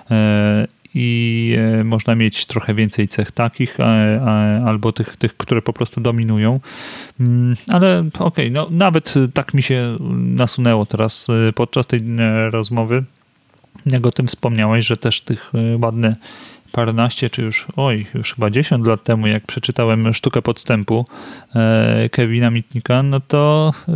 i można mieć trochę więcej cech takich albo tych, tych które po prostu dominują, ale okej, okay, no nawet tak mi się nasunęło teraz podczas tej rozmowy, jak o tym wspomniałeś, że też tych ładne paręnaście, czy już, oj, już chyba dziesięć lat temu, jak przeczytałem Sztukę podstępu e, Kevina Mitnicka, no to e,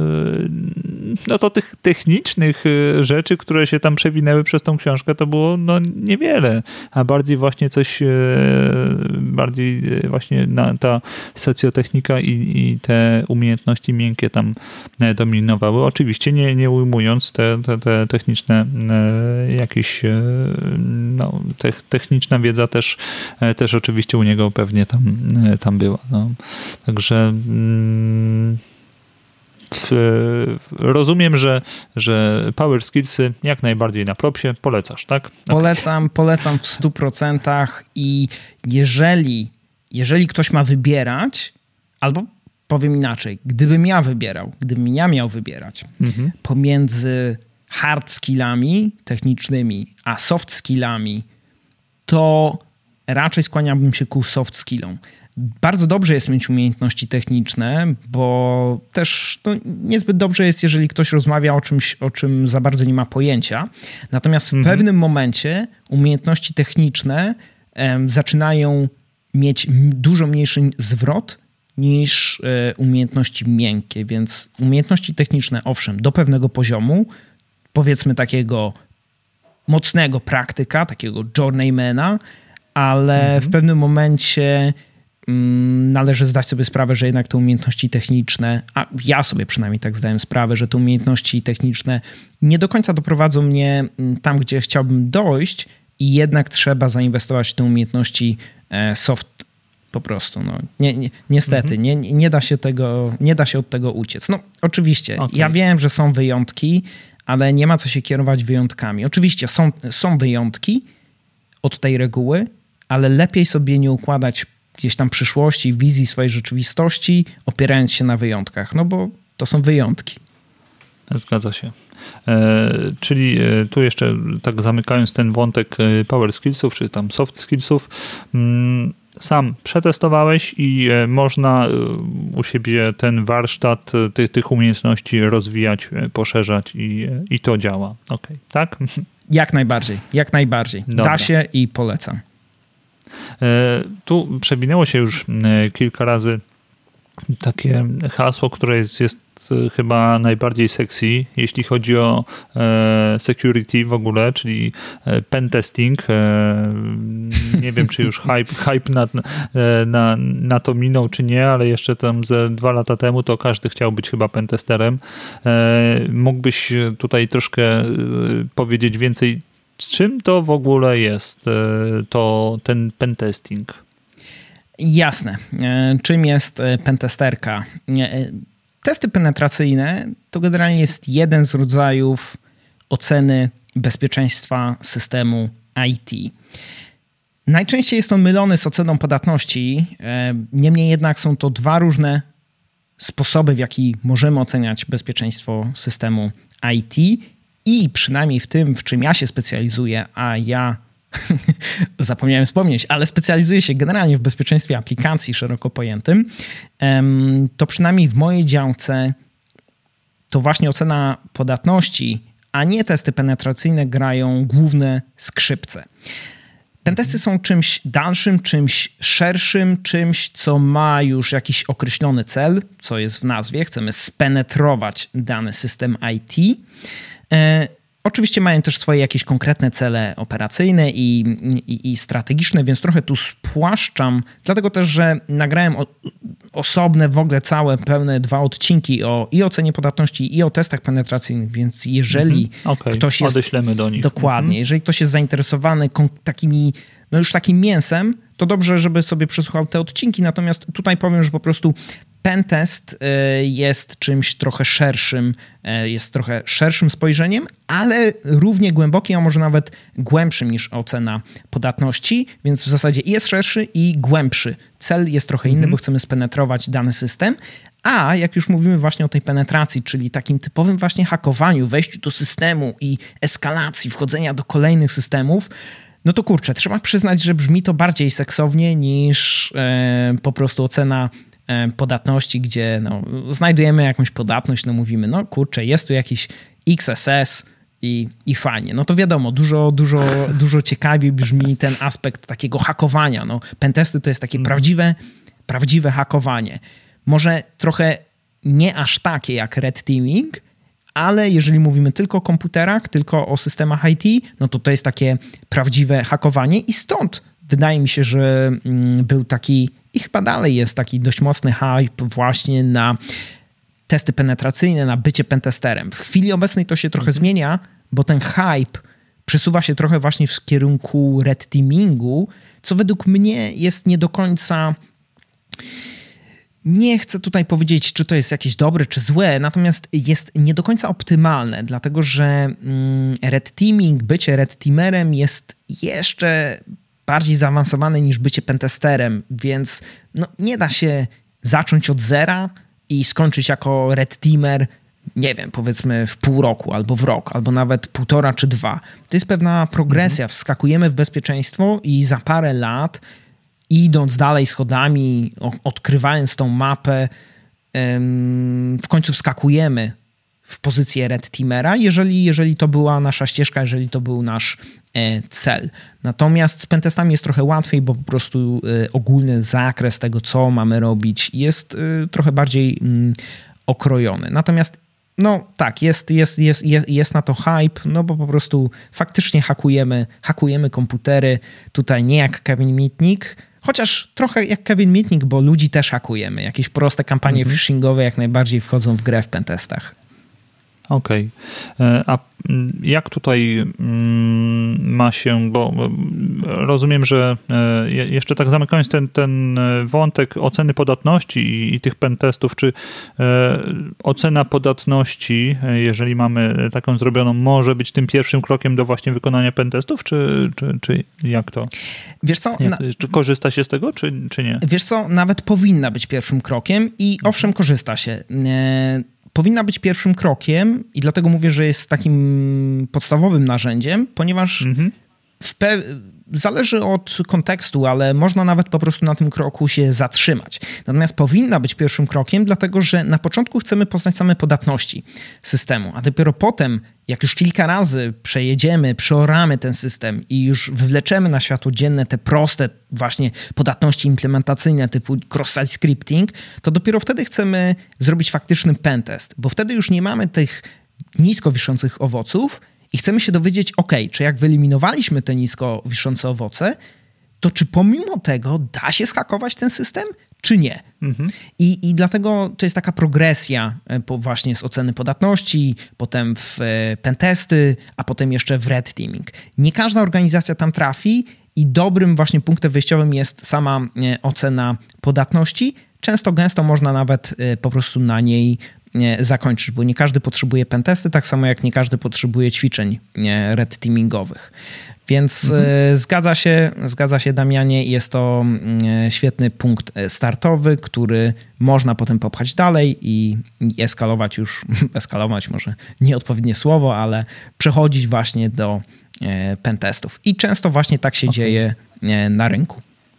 no to tych technicznych rzeczy, które się tam przewinęły przez tą książkę, to było no niewiele, a bardziej właśnie coś, e, bardziej właśnie na, ta socjotechnika i, i te umiejętności miękkie tam dominowały. Oczywiście nie, nie ujmując te, te, te techniczne e, jakieś e, no, te, techniczna wiedza też, też oczywiście u niego pewnie tam, tam była. No. Także mm, w, rozumiem, że, że power skillsy jak najbardziej na propsie polecasz, tak? Polecam, polecam w stu procentach i jeżeli, jeżeli ktoś ma wybierać, albo powiem inaczej, gdybym ja wybierał, gdybym ja miał wybierać mhm. pomiędzy hard skillami technicznymi, a soft skillami, to raczej skłaniałbym się ku soft skillom. Bardzo dobrze jest mieć umiejętności techniczne, bo też no, niezbyt dobrze jest, jeżeli ktoś rozmawia o czymś, o czym za bardzo nie ma pojęcia. Natomiast w mhm. pewnym momencie umiejętności techniczne em, zaczynają mieć dużo mniejszy zwrot niż e, umiejętności miękkie, więc umiejętności techniczne, owszem, do pewnego poziomu, powiedzmy takiego mocnego praktyka, takiego journeymana, ale mhm. w pewnym momencie mm, należy zdać sobie sprawę, że jednak te umiejętności techniczne, a ja sobie przynajmniej tak zdałem sprawę, że te umiejętności techniczne nie do końca doprowadzą mnie tam, gdzie chciałbym dojść i jednak trzeba zainwestować w te umiejętności e, soft po prostu. No. Nie, nie, niestety, mhm. nie, nie, da się tego, nie da się od tego uciec. No oczywiście, okay. ja wiem, że są wyjątki, ale nie ma co się kierować wyjątkami. Oczywiście są, są wyjątki od tej reguły, ale lepiej sobie nie układać gdzieś tam przyszłości, wizji swojej rzeczywistości, opierając się na wyjątkach, no bo to są wyjątki. Zgadza się. E, czyli tu jeszcze tak zamykając ten wątek power skillsów, czy tam soft skillsów, mm, sam przetestowałeś i można u siebie ten warsztat tych, tych umiejętności rozwijać, poszerzać i, i to działa. Okej, tak? Jak najbardziej, jak najbardziej. Dobra. Da się i polecam. Tu przewinęło się już kilka razy takie hasło, które jest, jest chyba najbardziej sexy, jeśli chodzi o e, security w ogóle, czyli e, pentesting. E, nie wiem, czy już hype, hype na, na, na to minął, czy nie, ale jeszcze tam ze dwa lata temu to każdy chciał być chyba pentesterem. E, mógłbyś tutaj troszkę e, powiedzieć więcej, z czym to w ogóle jest, e, to ten pentesting? Jasne. E, czym jest pentesterka? E, Testy penetracyjne to generalnie jest jeden z rodzajów oceny bezpieczeństwa systemu I T. Najczęściej jest on mylony z oceną podatności, niemniej jednak są to dwa różne sposoby, w jaki możemy oceniać bezpieczeństwo systemu I T i przynajmniej w tym, w czym ja się specjalizuję, a ja zapomniałem wspomnieć, ale specjalizuję się generalnie w bezpieczeństwie aplikacji szeroko pojętym, to przynajmniej w mojej działce to właśnie ocena podatności, a nie testy penetracyjne grają główne skrzypce. Pentesty są czymś dalszym, czymś szerszym, czymś, co ma już jakiś określony cel, co jest w nazwie. Chcemy spenetrować dany system I T. Oczywiście mają też swoje jakieś konkretne cele operacyjne i, i, i strategiczne, więc trochę tu spłaszczam, dlatego też, że nagrałem o, osobne, w ogóle całe, pełne dwa odcinki o i ocenie podatności, i o testach penetracyjnych, więc jeżeli mhm. okay. ktoś jest... Odeślemy do nich. Dokładnie. Mhm. Jeżeli ktoś jest zainteresowany takimi, no już takim mięsem, to dobrze, żeby sobie przesłuchał te odcinki, natomiast tutaj powiem, że po prostu pentest jest czymś trochę szerszym, jest trochę szerszym spojrzeniem, ale równie głębokim, a może nawet głębszym niż ocena podatności, więc w zasadzie jest szerszy i głębszy. Cel jest trochę inny, mm-hmm. bo chcemy spenetrować dany system, a jak już mówimy właśnie o tej penetracji, czyli takim typowym właśnie hakowaniu, wejściu do systemu i eskalacji, wchodzenia do kolejnych systemów, no to kurczę, trzeba przyznać, że brzmi to bardziej seksownie niż e, po prostu ocena podatności, gdzie no, znajdujemy jakąś podatność, no mówimy, no kurczę, jest tu jakiś X S S i, i fajnie. No to wiadomo, dużo, dużo, dużo ciekawiej brzmi ten aspekt takiego hakowania. No, pentesty to jest takie mm. prawdziwe, prawdziwe hakowanie. Może trochę nie aż takie jak red teaming, ale jeżeli mówimy tylko o komputerach, tylko o systemach I T, no to to jest takie prawdziwe hakowanie i stąd wydaje mi się, że był taki i chyba dalej jest taki dość mocny hype właśnie na testy penetracyjne, na bycie pentesterem. W chwili obecnej to się trochę mhm. zmienia, bo ten hype przesuwa się trochę właśnie w kierunku red teamingu, co według mnie jest nie do końca... Nie chcę tutaj powiedzieć, czy to jest jakieś dobre, czy złe, natomiast jest nie do końca optymalne, dlatego że red teaming, bycie red teamerem jest jeszcze bardziej zaawansowane niż bycie pentesterem, więc no, nie da się zacząć od zera i skończyć jako red teamer, nie wiem, powiedzmy w pół roku, albo w rok, albo nawet półtora czy dwa. To jest pewna progresja, wskakujemy w bezpieczeństwo i za parę lat, idąc dalej schodami, odkrywając tą mapę, w końcu wskakujemy w pozycję red teamera, jeżeli, jeżeli to była nasza ścieżka, jeżeli to był nasz cel. Natomiast z pentestami jest trochę łatwiej, bo po prostu ogólny zakres tego, co mamy robić, jest trochę bardziej okrojony. Natomiast no tak, jest, jest, jest, jest, jest na to hype, no bo po prostu faktycznie hakujemy, hakujemy komputery, tutaj nie jak Kevin Mitnick, chociaż trochę jak Kevin Mitnick, bo ludzi też hakujemy. Jakieś proste kampanie mhm. phishingowe jak najbardziej wchodzą w grę w pentestach. Okej. Okay. A jak tutaj ma się, bo rozumiem, że jeszcze tak zamykając ten, ten wątek oceny podatności i, i tych pentestów, czy ocena podatności, jeżeli mamy taką zrobioną, może być tym pierwszym krokiem do właśnie wykonania pentestów, czy, czy, czy jak to? Wiesz co? Jak, czy korzysta się z tego, czy, czy nie? Wiesz co? Nawet powinna być pierwszym krokiem i owszem, korzysta się. Powinna być pierwszym krokiem i dlatego mówię, że jest takim podstawowym narzędziem, ponieważ mhm. w pe- zależy od kontekstu, ale można nawet po prostu na tym kroku się zatrzymać. Natomiast powinna być pierwszym krokiem, dlatego że na początku chcemy poznać same podatności systemu, a dopiero potem, jak już kilka razy przejedziemy, przeoramy ten system i już wywleczemy na światło dzienne te proste właśnie podatności implementacyjne typu cross-site scripting, to dopiero wtedy chcemy zrobić faktyczny pentest, bo wtedy już nie mamy tych nisko wiszących owoców i chcemy się dowiedzieć, ok, czy jak wyeliminowaliśmy te nisko wiszące owoce, to czy pomimo tego da się zhakować ten system, czy nie? Mhm. I, I dlatego to jest taka progresja po właśnie z oceny podatności, potem w pentesty, a potem jeszcze w red teaming. Nie każda organizacja tam trafi i dobrym właśnie punktem wyjściowym jest sama ocena podatności. Często, gęsto można nawet po prostu na niej zakończyć, bo nie każdy potrzebuje pentesty, tak samo jak nie każdy potrzebuje ćwiczeń red teamingowych. Więc mhm. zgadza się, zgadza się Damianie, jest to świetny punkt startowy, który można potem popchać dalej i, i eskalować już, eskalować może nieodpowiednie słowo, ale przechodzić właśnie do pentestów. I często właśnie tak się okay. dzieje na rynku.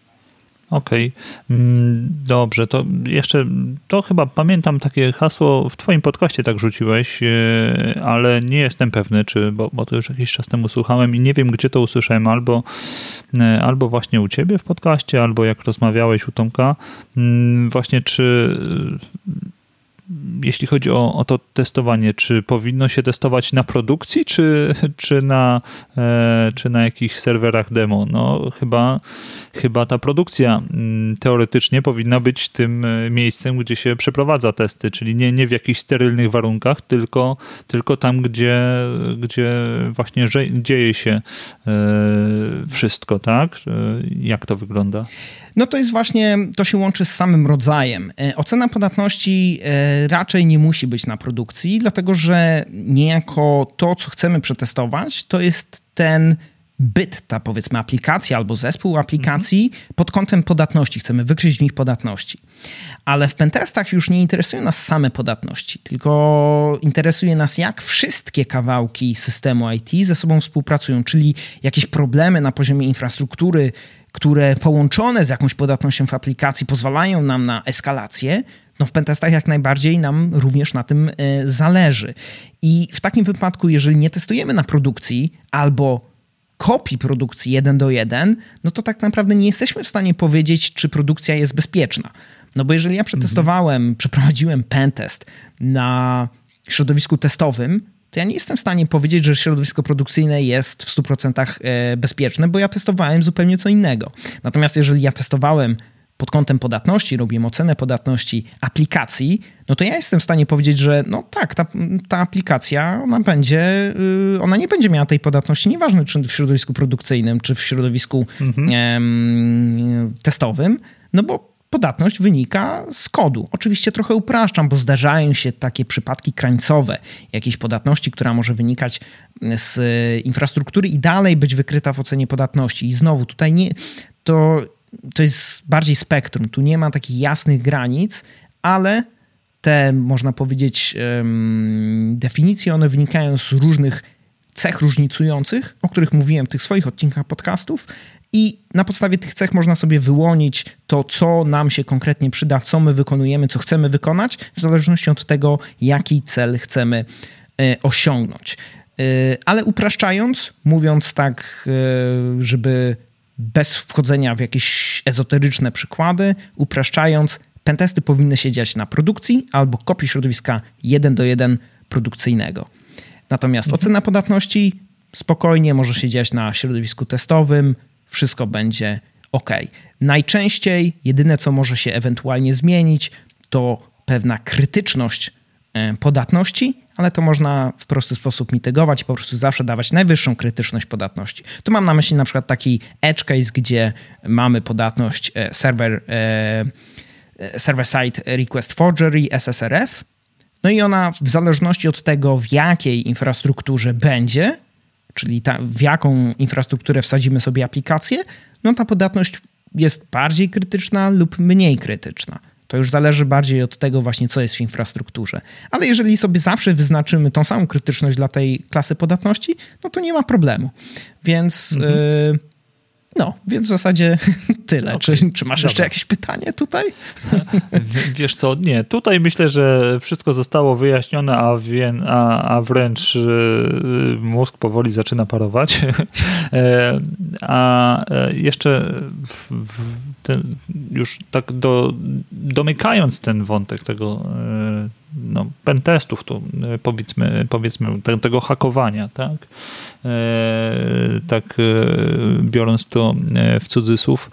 Okej, okay. Dobrze, to jeszcze, to chyba pamiętam takie hasło, w twoim podcaście tak rzuciłeś, ale nie jestem pewny, czy, bo, bo to już jakiś czas temu słuchałem i nie wiem, gdzie to usłyszałem, albo, albo właśnie u ciebie w podcaście, albo jak rozmawiałeś u Tomka, właśnie czy jeśli chodzi o, o to testowanie, czy powinno się testować na produkcji, czy, czy, na, e, czy na jakichś serwerach demo? No chyba, chyba ta produkcja m, teoretycznie powinna być tym miejscem, gdzie się przeprowadza testy, czyli nie, nie w jakichś sterylnych warunkach, tylko, tylko tam, gdzie, gdzie właśnie dzieje się e, wszystko, tak? Jak to wygląda? No to jest właśnie, to się łączy z samym rodzajem. Ocena podatności raczej nie musi być na produkcji, dlatego że niejako to, co chcemy przetestować, to jest ten byt, ta powiedzmy aplikacja albo zespół aplikacji mhm. pod kątem podatności. Chcemy wykryć w nich podatności. Ale w pentestach już nie interesują nas same podatności, tylko interesuje nas, jak wszystkie kawałki systemu I T ze sobą współpracują, czyli jakieś problemy na poziomie infrastruktury, które połączone z jakąś podatnością w aplikacji pozwalają nam na eskalację, no w pentestach jak najbardziej nam również na tym zależy. I w takim wypadku, jeżeli nie testujemy na produkcji albo kopii produkcji jeden do jeden, no to tak naprawdę nie jesteśmy w stanie powiedzieć, czy produkcja jest bezpieczna. No bo jeżeli ja przetestowałem, mhm. przeprowadziłem pentest na środowisku testowym, to ja nie jestem w stanie powiedzieć, że środowisko produkcyjne jest w stu procentach bezpieczne, bo ja testowałem zupełnie co innego. Natomiast jeżeli ja testowałem pod kątem podatności, robiłem ocenę podatności aplikacji, no to ja jestem w stanie powiedzieć, że no tak, ta, ta aplikacja, ona będzie, ona nie będzie miała tej podatności, nieważne czy w środowisku produkcyjnym, czy w środowisku mhm. em, testowym, no bo podatność wynika z kodu. Oczywiście trochę upraszczam, bo zdarzają się takie przypadki krańcowe jakiejś podatności, która może wynikać z infrastruktury i dalej być wykryta w ocenie podatności. I znowu tutaj nie, to, to jest bardziej spektrum. Tu nie ma takich jasnych granic, ale te, można powiedzieć, um, definicje, one wynikają z różnych cech różnicujących, o których mówiłem w tych swoich odcinkach podcastów i na podstawie tych cech można sobie wyłonić to, co nam się konkretnie przyda, co my wykonujemy, co chcemy wykonać, w zależności od tego, jaki cel chcemy y, osiągnąć. Y, ale upraszczając, mówiąc tak, y, żeby bez wchodzenia w jakieś ezoteryczne przykłady, upraszczając, pentesty powinny się dziać na produkcji albo kopii środowiska jeden do jeden produkcyjnego. Natomiast mhm. ocena podatności spokojnie może się dziać na środowisku testowym, wszystko będzie ok. Najczęściej jedyne, co może się ewentualnie zmienić, to pewna krytyczność podatności, ale to można w prosty sposób mitygować i po prostu zawsze dawać najwyższą krytyczność podatności. Tu mam na myśli na przykład taki edge case, gdzie mamy podatność server, server-side request forgery, S S R F, no i ona w zależności od tego, w jakiej infrastrukturze będzie, czyli ta, w jaką infrastrukturę wsadzimy sobie aplikację, no ta podatność jest bardziej krytyczna lub mniej krytyczna. To już zależy bardziej od tego właśnie, co jest w infrastrukturze. Ale jeżeli sobie zawsze wyznaczymy tą samą krytyczność dla tej klasy podatności, no to nie ma problemu. Więc mhm. y- no, więc w zasadzie tyle. Okay. Czy, czy masz Dobra. jeszcze jakieś pytanie tutaj? Wiesz co, nie. Tutaj myślę, że wszystko zostało wyjaśnione, a, wie, a, a wręcz mózg powoli zaczyna parować. A jeszcze w, w ten, już tak do, domykając ten wątek tego no, pentestów, to powiedzmy, powiedzmy te, tego hakowania, tak? E, tak e, biorąc to w cudzysłów.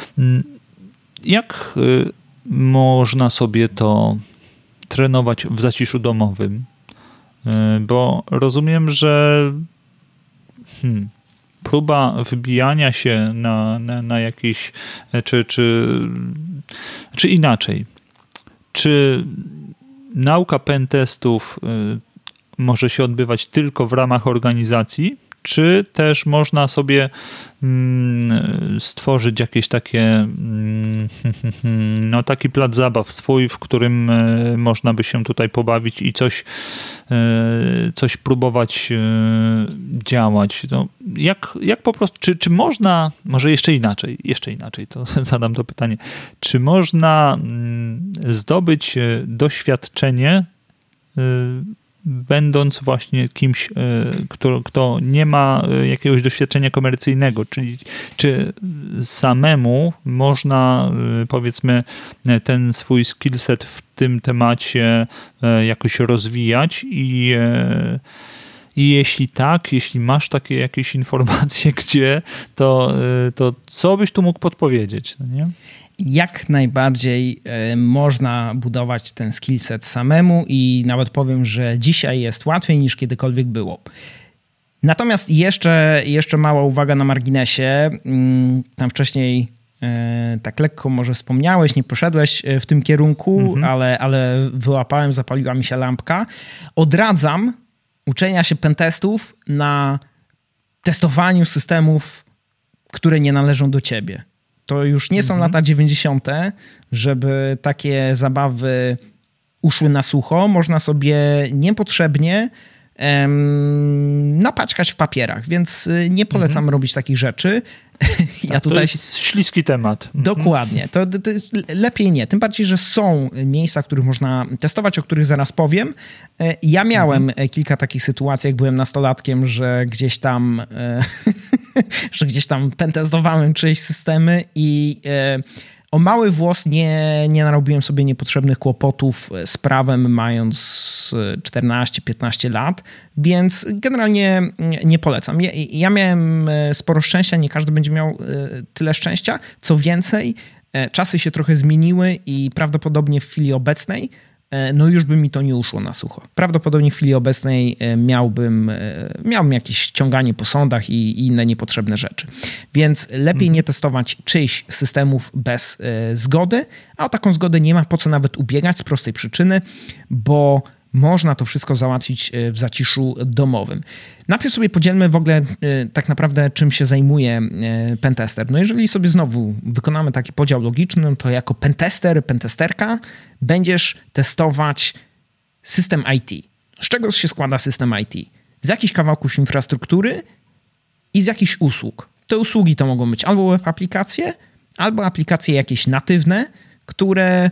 Jak e, można sobie to trenować w zaciszu domowym? E, bo rozumiem, że hmm, próba wybijania się na, na, na jakieś, czy, czy, czy inaczej, czy nauka pentestów y, może się odbywać tylko w ramach organizacji, czy też można sobie mm, stworzyć jakieś takie mm, no taki plac zabaw swój, w którym y, można by się tutaj pobawić i coś, y, coś próbować y, działać. No, jak, jak po prostu, czy, czy można, może jeszcze inaczej, jeszcze inaczej, to zadam to pytanie, czy można mm, zdobyć doświadczenie y, będąc właśnie kimś, kto, kto nie ma jakiegoś doświadczenia komercyjnego, czyli czy samemu można, powiedzmy, ten swój skillset w tym temacie jakoś rozwijać i I jeśli tak, jeśli masz takie jakieś informacje, gdzie, to, to co byś tu mógł podpowiedzieć? No nie? Jak najbardziej y, można budować ten skillset samemu i nawet powiem, że dzisiaj jest łatwiej niż kiedykolwiek było. Natomiast jeszcze, jeszcze mała uwaga na marginesie. Y, tam wcześniej y, tak lekko może wspomniałeś, nie poszedłeś w tym kierunku, mhm. ale, ale wyłapałem, zapaliła mi się lampka. Odradzam uczenia się pentestów na testowaniu systemów, które nie należą do ciebie. To już nie są mhm. lata dziewięćdziesiąte, żeby takie zabawy uszły na sucho. Można sobie niepotrzebnie em, napaćkać w papierach, więc nie polecam mhm. robić takich rzeczy. Ja to tutaj... jest śliski temat. Dokładnie. To, to, to lepiej nie. Tym bardziej, że są miejsca, w których można testować, o których zaraz powiem. Ja miałem mhm. kilka takich sytuacji, jak byłem nastolatkiem, że gdzieś tam że gdzieś tam pentestowałem czyjeś systemy i o mały włos nie, nie narobiłem sobie niepotrzebnych kłopotów z prawem, mając czternaście piętnaście lat, więc generalnie nie polecam. Ja, ja miałem sporo szczęścia, nie każdy będzie miał tyle szczęścia. Co więcej, czasy się trochę zmieniły i prawdopodobnie w chwili obecnej no już by mi to nie uszło na sucho. Prawdopodobnie w chwili obecnej miałbym, miałbym jakieś ściąganie po sądach i, i inne niepotrzebne rzeczy. Więc lepiej nie testować czyichś systemów bez y, zgody, a o taką zgodę nie ma po co nawet ubiegać z prostej przyczyny, bo można to wszystko załatwić w zaciszu domowym. Najpierw sobie podzielmy w ogóle tak naprawdę, czym się zajmuje pentester. No jeżeli sobie znowu wykonamy taki podział logiczny, to jako pentester, pentesterka będziesz testować system I T. Z czego się składa system I T? Z jakichś kawałków infrastruktury i z jakichś usług. Te usługi to mogą być albo web aplikacje, albo aplikacje jakieś natywne, które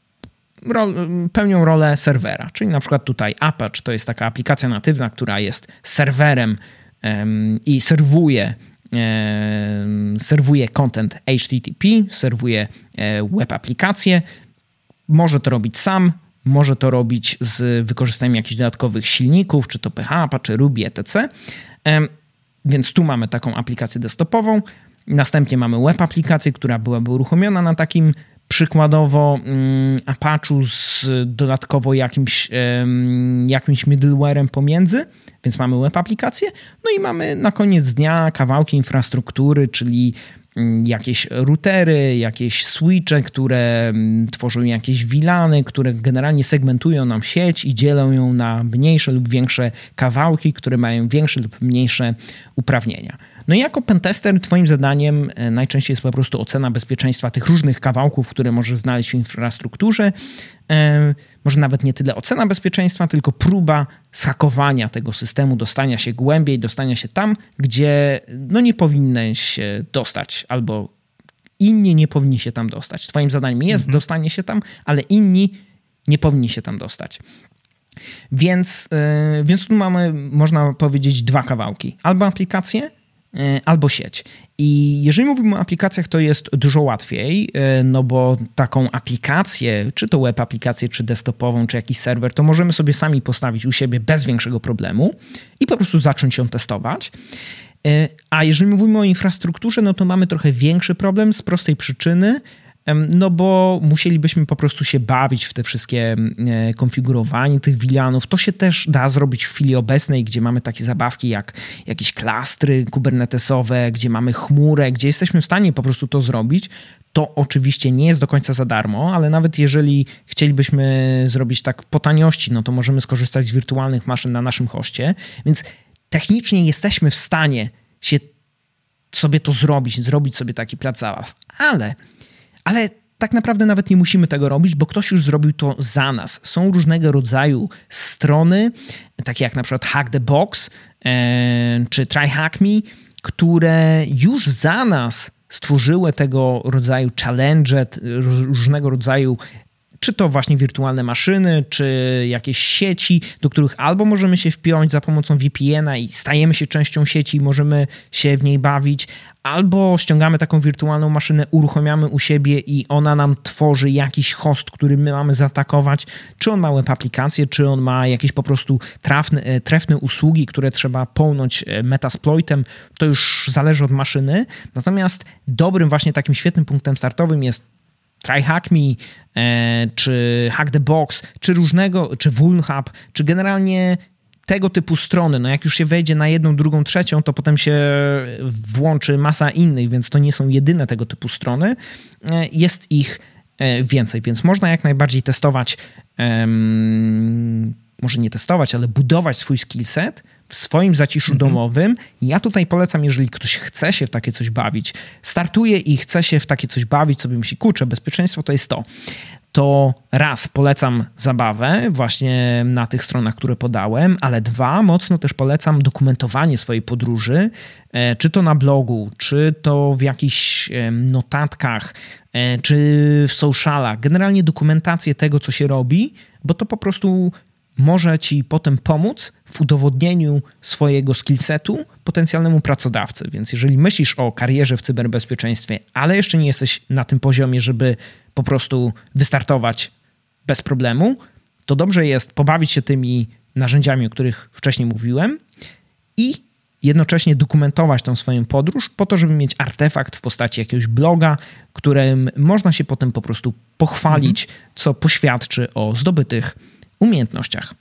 pełnią rolę serwera, czyli na przykład tutaj Apache to jest taka aplikacja natywna, która jest serwerem um, i serwuje, um, serwuje content H T T P, serwuje um, web aplikacje. Może to robić sam, może to robić z wykorzystaniem jakichś dodatkowych silników, czy to P H P, czy Ruby, et cetera. Um, więc tu mamy taką aplikację desktopową. Następnie mamy web aplikację, która byłaby uruchomiona na takim przykładowo um, Apache'u z dodatkowo jakimś, um, jakimś middleware'em pomiędzy, więc mamy web aplikację. No i mamy na koniec dnia kawałki infrastruktury, czyli um, jakieś routery, jakieś switche, które um, tworzą jakieś wilany, które generalnie segmentują nam sieć i dzielą ją na mniejsze lub większe kawałki, które mają większe lub mniejsze uprawnienia. No i jako pentester twoim zadaniem najczęściej jest po prostu ocena bezpieczeństwa tych różnych kawałków, które możesz znaleźć w infrastrukturze. E, może nawet nie tyle ocena bezpieczeństwa, tylko próba zhakowania tego systemu, dostania się głębiej, dostania się tam, gdzie no nie powinieneś się dostać albo inni nie powinni się tam dostać. Twoim zadaniem jest mhm. dostanie się tam, ale inni nie powinni się tam dostać. Więc, e, więc tu mamy, można powiedzieć, dwa kawałki. Albo aplikacje, albo sieć. I jeżeli mówimy o aplikacjach, to jest dużo łatwiej, no bo taką aplikację, czy to web aplikację, czy desktopową, czy jakiś serwer, to możemy sobie sami postawić u siebie bez większego problemu i po prostu zacząć ją testować. A jeżeli mówimy o infrastrukturze, no to mamy trochę większy problem z prostej przyczyny, no bo musielibyśmy po prostu się bawić w te wszystkie konfigurowanie tych wilanów. To się też da zrobić w chwili obecnej, gdzie mamy takie zabawki jak jakieś klastry kubernetesowe, gdzie mamy chmurę, gdzie jesteśmy w stanie po prostu to zrobić. To oczywiście nie jest do końca za darmo, ale nawet jeżeli chcielibyśmy zrobić tak po taniości, no to możemy skorzystać z wirtualnych maszyn na naszym hoście, więc technicznie jesteśmy w stanie się sobie to zrobić, zrobić sobie taki plac zabaw, ale Ale tak naprawdę nawet nie musimy tego robić, bo ktoś już zrobił to za nas. Są różnego rodzaju strony, takie jak na przykład Hack the Box e, czy Try Hack Me, które już za nas stworzyły tego rodzaju challenge, różnego rodzaju czy to właśnie wirtualne maszyny, czy jakieś sieci, do których albo możemy się wpiąć za pomocą V P N a i stajemy się częścią sieci i możemy się w niej bawić, albo ściągamy taką wirtualną maszynę, uruchamiamy u siebie i ona nam tworzy jakiś host, który my mamy zaatakować, czy on ma web aplikacje, czy on ma jakieś po prostu trafne, trefne usługi, które trzeba połnąć metasploitem, to już zależy od maszyny. Natomiast dobrym właśnie takim świetnym punktem startowym jest TryHackMe, e, czy Hack the Box, czy różnego, czy VulnHub, czy generalnie tego typu strony. No jak już się wejdzie na jedną, drugą, trzecią, to potem się włączy masa innych, więc to nie są jedyne tego typu strony. E, jest ich e, więcej, więc można jak najbardziej testować, em, może nie testować, ale budować swój skillset w swoim zaciszu mhm. domowym. Ja tutaj polecam, jeżeli ktoś chce się w takie coś bawić, startuje i chce się w takie coś bawić, sobie myśli, kurczę, bezpieczeństwo to jest to. To raz, polecam zabawę właśnie na tych stronach, które podałem, ale dwa, mocno też polecam dokumentowanie swojej podróży, czy to na blogu, czy to w jakichś notatkach, czy w socialach. Generalnie dokumentację tego, co się robi, bo to po prostu może ci potem pomóc w udowodnieniu swojego skillsetu potencjalnemu pracodawcy. Więc jeżeli myślisz o karierze w cyberbezpieczeństwie, ale jeszcze nie jesteś na tym poziomie, żeby po prostu wystartować bez problemu, to dobrze jest pobawić się tymi narzędziami, o których wcześniej mówiłem i jednocześnie dokumentować tą swoją podróż po to, żeby mieć artefakt w postaci jakiegoś bloga, którym można się potem po prostu pochwalić, mhm. co poświadczy o zdobytych umiejętnościach.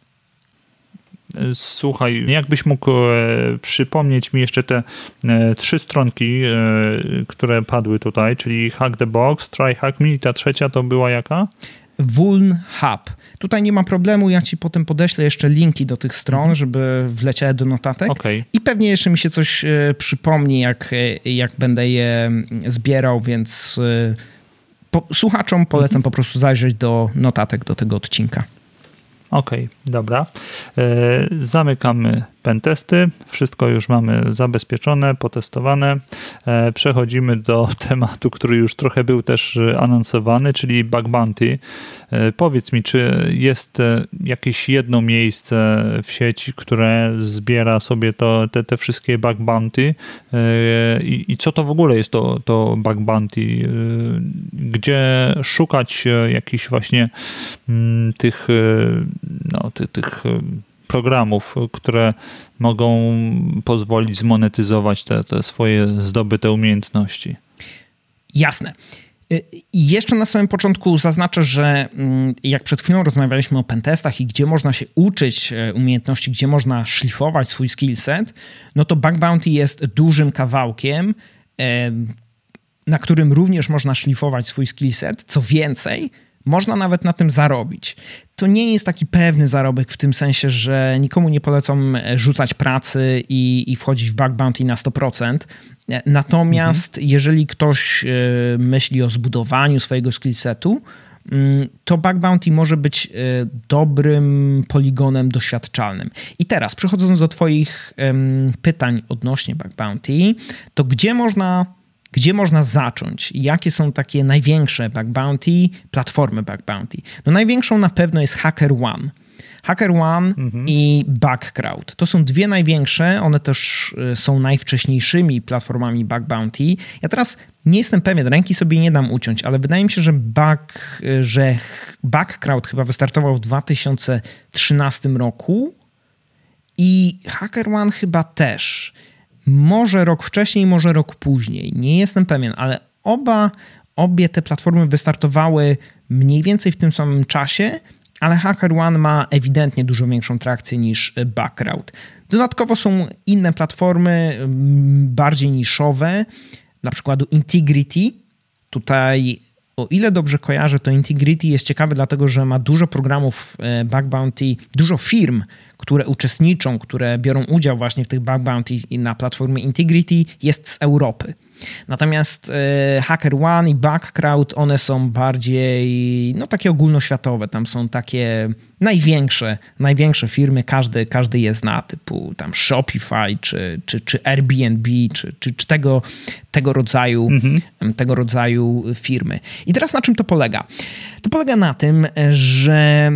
Słuchaj, jakbyś mógł e, przypomnieć mi jeszcze te e, trzy stronki, e, które padły tutaj, czyli Hack the Box, TryHackMe i ta trzecia to była jaka? VulnHub. Tutaj nie ma problemu, ja ci potem podeślę jeszcze linki do tych stron, mhm. żeby wleciały do notatek. Okay. I pewnie jeszcze mi się coś e, przypomni, jak, e, jak będę je zbierał, więc e, po, słuchaczom polecam mhm. po prostu zajrzeć do notatek do tego odcinka. Okej, okay, dobra. E, zamykamy pentesty. Wszystko już mamy zabezpieczone, potestowane. E, przechodzimy do tematu, który już trochę był też anonsowany, czyli bug bounty. E, powiedz mi, czy jest jakieś jedno miejsce w sieci, które zbiera sobie to, te, te wszystkie bug bounty e, i, i co to w ogóle jest to, to bug bounty? E, gdzie szukać jakichś właśnie m, tych No, tych, tych programów, które mogą pozwolić zmonetyzować te, te swoje zdobyte umiejętności. Jasne. I jeszcze na samym początku zaznaczę, że jak przed chwilą rozmawialiśmy o pentestach i gdzie można się uczyć umiejętności, gdzie można szlifować swój skillset, no to bug bounty jest dużym kawałkiem, na którym również można szlifować swój skillset. Co więcej, można nawet na tym zarobić. To nie jest taki pewny zarobek w tym sensie, że nikomu nie polecam rzucać pracy i, i wchodzić w bug bounty na sto procent. Natomiast mhm. jeżeli ktoś myśli o zbudowaniu swojego skillsetu, to bug bounty może być dobrym poligonem doświadczalnym. I teraz, przechodząc do twoich pytań odnośnie bug bounty, to gdzie można Gdzie można zacząć? Jakie są takie największe bug bounty, platformy bug bounty? No największą na pewno jest HackerOne. HackerOne mhm. i Bugcrowd. To są dwie największe, one też są najwcześniejszymi platformami bug bounty. Ja teraz nie jestem pewien, ręki sobie nie dam uciąć, ale wydaje mi się, że, bug, że Bugcrowd chyba wystartował w dwa tysiące trzynastym roku i HackerOne chyba też. Może rok wcześniej, może rok później. Nie jestem pewien, ale oba, obie te platformy wystartowały mniej więcej w tym samym czasie, ale HackerOne ma ewidentnie dużo większą trakcję niż Bugcrowd. Dodatkowo są inne platformy, bardziej niszowe, dla przykładu Integrity. Tutaj, o ile dobrze kojarzę, to Integrity jest ciekawe, dlatego że ma dużo programów bug bounty, dużo firm, które uczestniczą, które biorą udział właśnie w tych bug bounty na platformie Integrity, jest z Europy. Natomiast e, HackerOne i Bugcrowd, one są bardziej, no takie ogólnoświatowe. Tam są takie największe, największe firmy, każdy, każdy je zna, typu tam Shopify, czy, czy, czy Airbnb, czy, czy, czy tego, tego, rodzaju, mhm. tego rodzaju firmy. I teraz na czym to polega? To polega na tym, że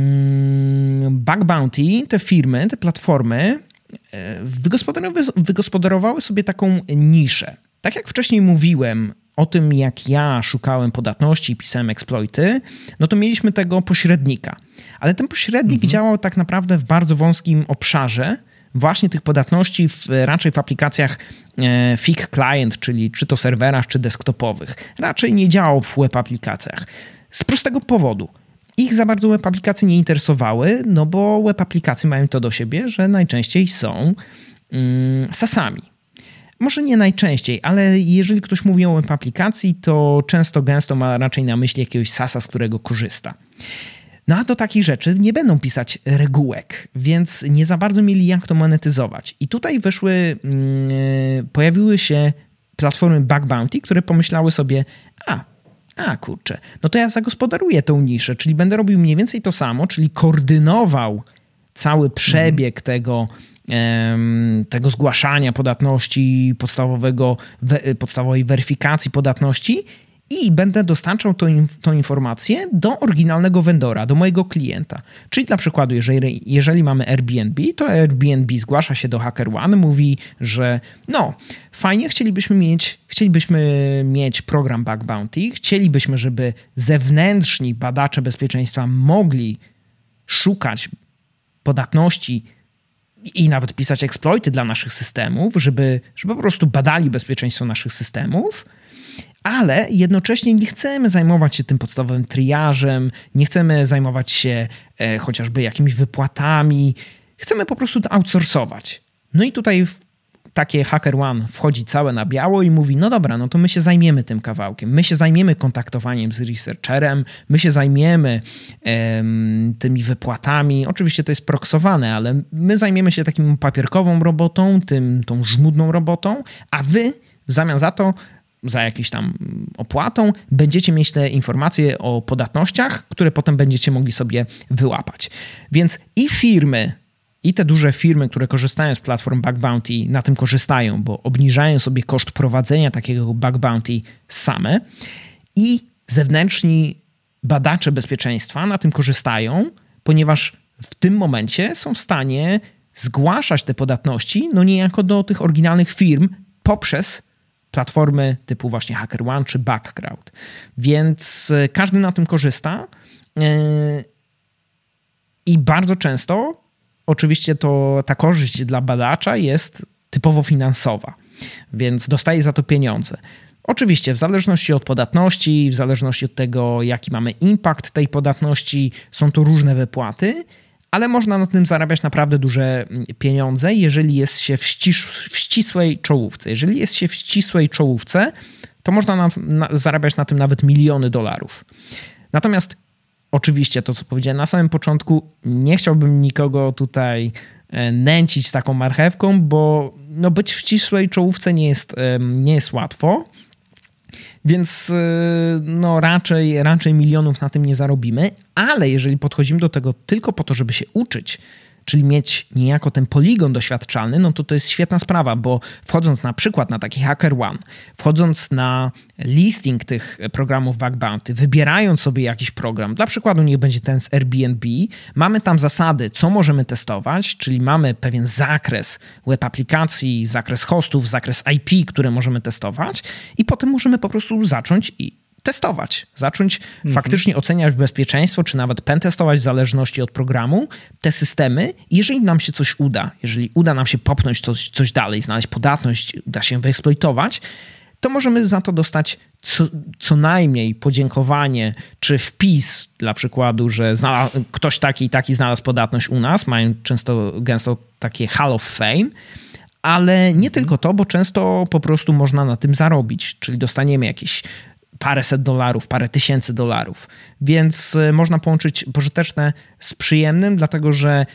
mm, Bug Bounty, te firmy, te platformy wygospodarowały, wygospodarowały sobie taką niszę. Tak jak wcześniej mówiłem o tym, jak ja szukałem podatności i pisałem exploity, no to mieliśmy tego pośrednika. Ale ten pośrednik mhm. działał tak naprawdę w bardzo wąskim obszarze właśnie tych podatności, w, raczej w aplikacjach e, F I C Client, czyli czy to serwerach, czy desktopowych. Raczej nie działał w web aplikacjach. Z prostego powodu. Ich za bardzo web aplikacje nie interesowały, no bo web aplikacje mają to do siebie, że najczęściej są mm, sasami. Może nie najczęściej, ale jeżeli ktoś mówi o web aplikacji, to często gęsto ma raczej na myśli jakiegoś sasa, z którego korzysta. No a do takich rzeczy nie będą pisać regułek, więc nie za bardzo mieli jak to monetyzować. I tutaj wyszły, yy, pojawiły się platformy Bug Bounty, które pomyślały sobie, a, a kurczę, no to ja zagospodaruję tą niszę, czyli będę robił mniej więcej to samo, czyli koordynował cały przebieg mhm. tego, yy, tego zgłaszania podatności, podstawowego, we, podstawowej weryfikacji podatności, i będę dostarczał tą, tą informację do oryginalnego vendora, do mojego klienta. Czyli dla przykładu, jeżeli, jeżeli mamy Airbnb, to Airbnb zgłasza się do HackerOne, mówi, że no fajnie, chcielibyśmy mieć, chcielibyśmy mieć program Bug Bounty, chcielibyśmy, żeby zewnętrzni badacze bezpieczeństwa mogli szukać podatności i nawet pisać exploity dla naszych systemów, żeby, żeby po prostu badali bezpieczeństwo naszych systemów, ale jednocześnie nie chcemy zajmować się tym podstawowym triażem, nie chcemy zajmować się e, chociażby jakimiś wypłatami, chcemy po prostu to outsourcować. No i tutaj w takie HackerOne wchodzi całe na biało i mówi, no dobra, no to my się zajmiemy tym kawałkiem, my się zajmiemy kontaktowaniem z researcherem, my się zajmiemy em, tymi wypłatami, oczywiście to jest proksowane, ale my zajmiemy się taką papierkową robotą, tym, tą żmudną robotą, a wy w zamian za to za jakąś tam opłatą, będziecie mieć te informacje o podatnościach, które potem będziecie mogli sobie wyłapać. Więc i firmy, i te duże firmy, które korzystają z platform Bug Bounty, na tym korzystają, bo obniżają sobie koszt prowadzenia takiego Bug Bounty same, i zewnętrzni badacze bezpieczeństwa na tym korzystają, ponieważ w tym momencie są w stanie zgłaszać te podatności, no niejako do tych oryginalnych firm poprzez platformy typu właśnie HackerOne czy Bugcrowd. Więc każdy na tym korzysta yy, i bardzo często oczywiście to ta korzyść dla badacza jest typowo finansowa, więc dostaje za to pieniądze. Oczywiście w zależności od podatności, w zależności od tego, jaki mamy impact tej podatności, są to różne wypłaty, ale można na tym zarabiać naprawdę duże pieniądze, jeżeli jest się w, ścisz, w ścisłej czołówce. Jeżeli jest się w ścisłej czołówce, to można na, na, zarabiać na tym nawet miliony dolarów. Natomiast oczywiście to, co powiedziałem na samym początku, nie chciałbym nikogo tutaj nęcić taką marchewką, bo no być w ścisłej czołówce nie jest, nie jest łatwo. Więc no raczej, raczej milionów na tym nie zarobimy, ale jeżeli podchodzimy do tego tylko po to, żeby się uczyć, czyli mieć niejako ten poligon doświadczalny, no to to jest świetna sprawa, bo wchodząc na przykład na taki HackerOne, wchodząc na listing tych programów Bug Bounty, wybierając sobie jakiś program, dla przykładu niech będzie ten z Airbnb, mamy tam zasady, co możemy testować, czyli mamy pewien zakres web aplikacji, zakres hostów, zakres I P, które możemy testować, i potem możemy po prostu zacząć i testować, zacząć mhm. faktycznie oceniać bezpieczeństwo, czy nawet pentestować w zależności od programu te systemy. Jeżeli nam się coś uda, jeżeli uda nam się popchnąć coś, coś dalej, znaleźć podatność, uda się wyeksploitować, to możemy za to dostać co, co najmniej podziękowanie, czy wpis dla przykładu, że znalazł, ktoś taki i taki znalazł podatność u nas, mają często, gęsto takie Hall of Fame, ale nie tylko to, bo często po prostu można na tym zarobić, czyli dostaniemy jakieś paręset dolarów, parę tysięcy dolarów. Więc można połączyć pożyteczne z przyjemnym, dlatego że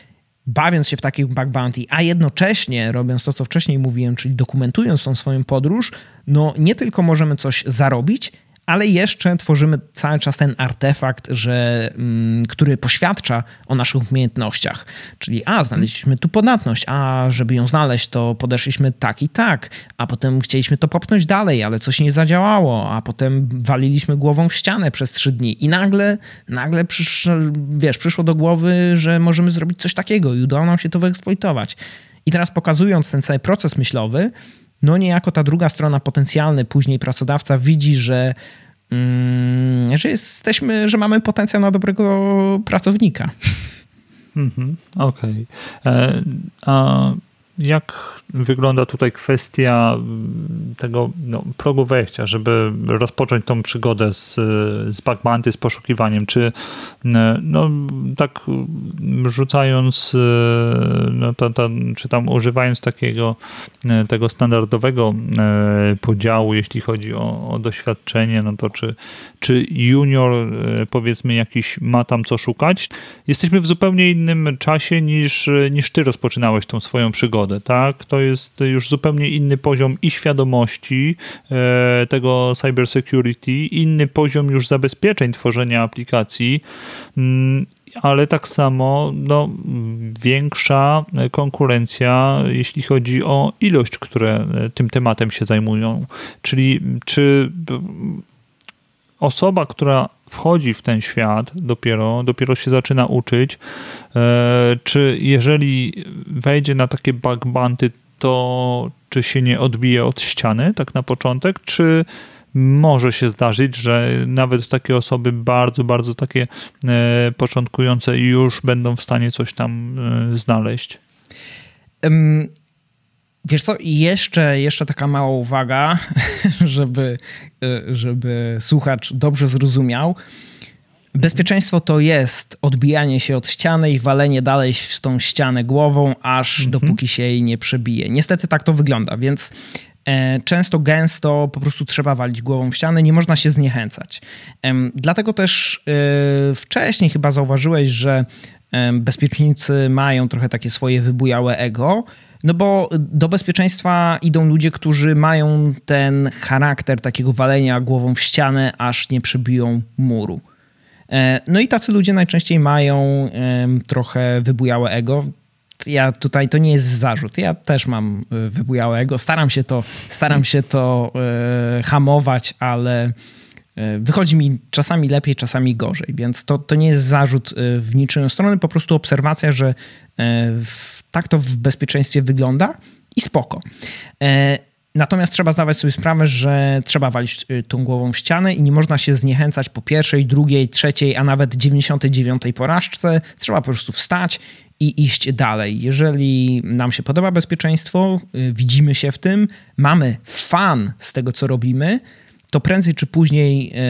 bawiąc się w takich bug bounty, a jednocześnie robiąc to, co wcześniej mówiłem, czyli dokumentując tą swoją podróż, no nie tylko możemy coś zarobić, ale jeszcze tworzymy cały czas ten artefakt, że, mm, który poświadcza o naszych umiejętnościach. Czyli a, znaleźliśmy tu podatność, a żeby ją znaleźć, to podeszliśmy tak i tak, a potem chcieliśmy to popchnąć dalej, ale coś nie zadziałało, a potem waliliśmy głową w ścianę przez trzy dni i nagle, nagle przysz, wiesz, przyszło do głowy, że możemy zrobić coś takiego i udało nam się to wyeksploitować. I teraz pokazując ten cały proces myślowy, no niejako ta druga strona, potencjalny później pracodawca widzi, że, mm, że jesteśmy, że mamy potencjał na dobrego pracownika. Mhm, okej. Okay. A jak wygląda tutaj kwestia tego no, progu wejścia, żeby rozpocząć tą przygodę z, z bug bounty, z poszukiwaniem? Czy no, tak rzucając, no, to, to, czy tam używając takiego tego standardowego podziału, jeśli chodzi o, o doświadczenie, no to czy, czy junior, powiedzmy, jakiś ma tam co szukać? Jesteśmy w zupełnie innym czasie niż, niż ty rozpoczynałeś tą swoją przygodę. Tak? To jest już zupełnie inny poziom i świadomości e, tego cybersecurity, inny poziom już zabezpieczeń tworzenia aplikacji, mm, ale tak samo no, większa konkurencja, jeśli chodzi o ilość, które tym tematem się zajmują. Czyli czy osoba, która wchodzi w ten świat dopiero, dopiero się zaczyna uczyć, czy jeżeli wejdzie na takie bug bounty, to czy się nie odbije od ściany tak na początek, czy może się zdarzyć, że nawet takie osoby bardzo, bardzo takie początkujące już będą w stanie coś tam znaleźć? Um. Wiesz co, jeszcze, jeszcze taka mała uwaga, żeby, żeby słuchacz dobrze zrozumiał. Bezpieczeństwo to jest odbijanie się od ściany i walenie dalej w tą ścianę głową, aż mhm. dopóki się jej nie przebije. Niestety tak to wygląda, więc e, często, gęsto po prostu trzeba walić głową w ścianę, nie można się zniechęcać. E, dlatego też e, wcześniej chyba zauważyłeś, że e, bezpiecznicy mają trochę takie swoje wybujałe ego, no bo do bezpieczeństwa idą ludzie, którzy mają ten charakter takiego walenia głową w ścianę, aż nie przebiją muru. No i tacy ludzie najczęściej mają trochę wybujałe ego. Ja tutaj, to nie jest zarzut, ja też mam wybujałe ego. Staram się to, staram się to hamować, ale wychodzi mi czasami lepiej, czasami gorzej, więc to, to nie jest zarzut w niczyją stronę, po prostu obserwacja, że w, tak to w bezpieczeństwie wygląda i spoko. Natomiast trzeba zdawać sobie sprawę, że trzeba walić tą głową w ścianę i nie można się zniechęcać po pierwszej, drugiej, trzeciej, a nawet dziewięćdziesiątej dziewiątej porażce. Trzeba po prostu wstać i iść dalej. Jeżeli nam się podoba bezpieczeństwo, widzimy się w tym, mamy fan z tego, co robimy, to prędzej czy później yy,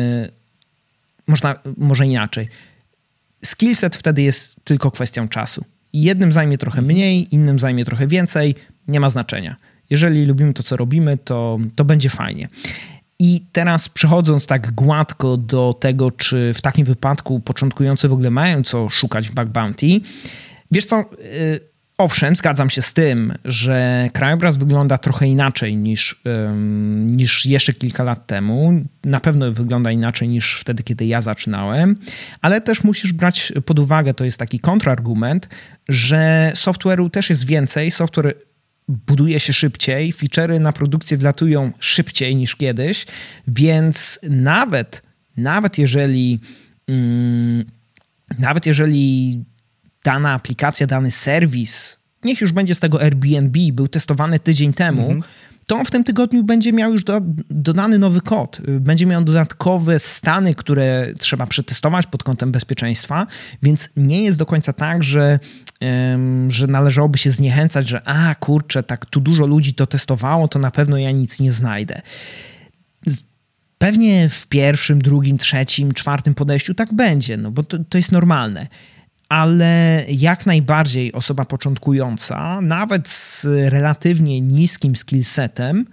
można, może inaczej. Skillset wtedy jest tylko kwestią czasu. Jednym zajmie trochę mniej, innym zajmie trochę więcej, nie ma znaczenia. Jeżeli lubimy to, co robimy, to, to będzie fajnie. I teraz przechodząc tak gładko do tego, czy w takim wypadku początkujący w ogóle mają co szukać w bug bounty, wiesz co, yy, owszem, zgadzam się z tym, że krajobraz wygląda trochę inaczej niż, ym, niż jeszcze kilka lat temu. Na pewno wygląda inaczej niż wtedy, kiedy ja zaczynałem, ale też musisz brać pod uwagę, to jest taki kontrargument, że software'u też jest więcej, software buduje się szybciej, feature'y na produkcję wlatują szybciej niż kiedyś, więc nawet, nawet jeżeli mm, nawet jeżeli dana aplikacja, dany serwis, niech już będzie z tego Airbnb, był testowany tydzień temu, mhm. to on w tym tygodniu będzie miał już do, dodany nowy kod. Będzie miał dodatkowe stany, które trzeba przetestować pod kątem bezpieczeństwa, więc nie jest do końca tak, że, ym, że należałoby się zniechęcać, że a kurczę, tak tu dużo ludzi to testowało, to na pewno ja nic nie znajdę. Pewnie w pierwszym, drugim, trzecim, czwartym podejściu tak będzie, no bo to, to jest normalne. Ale jak najbardziej osoba początkująca, nawet z relatywnie niskim skillsetem,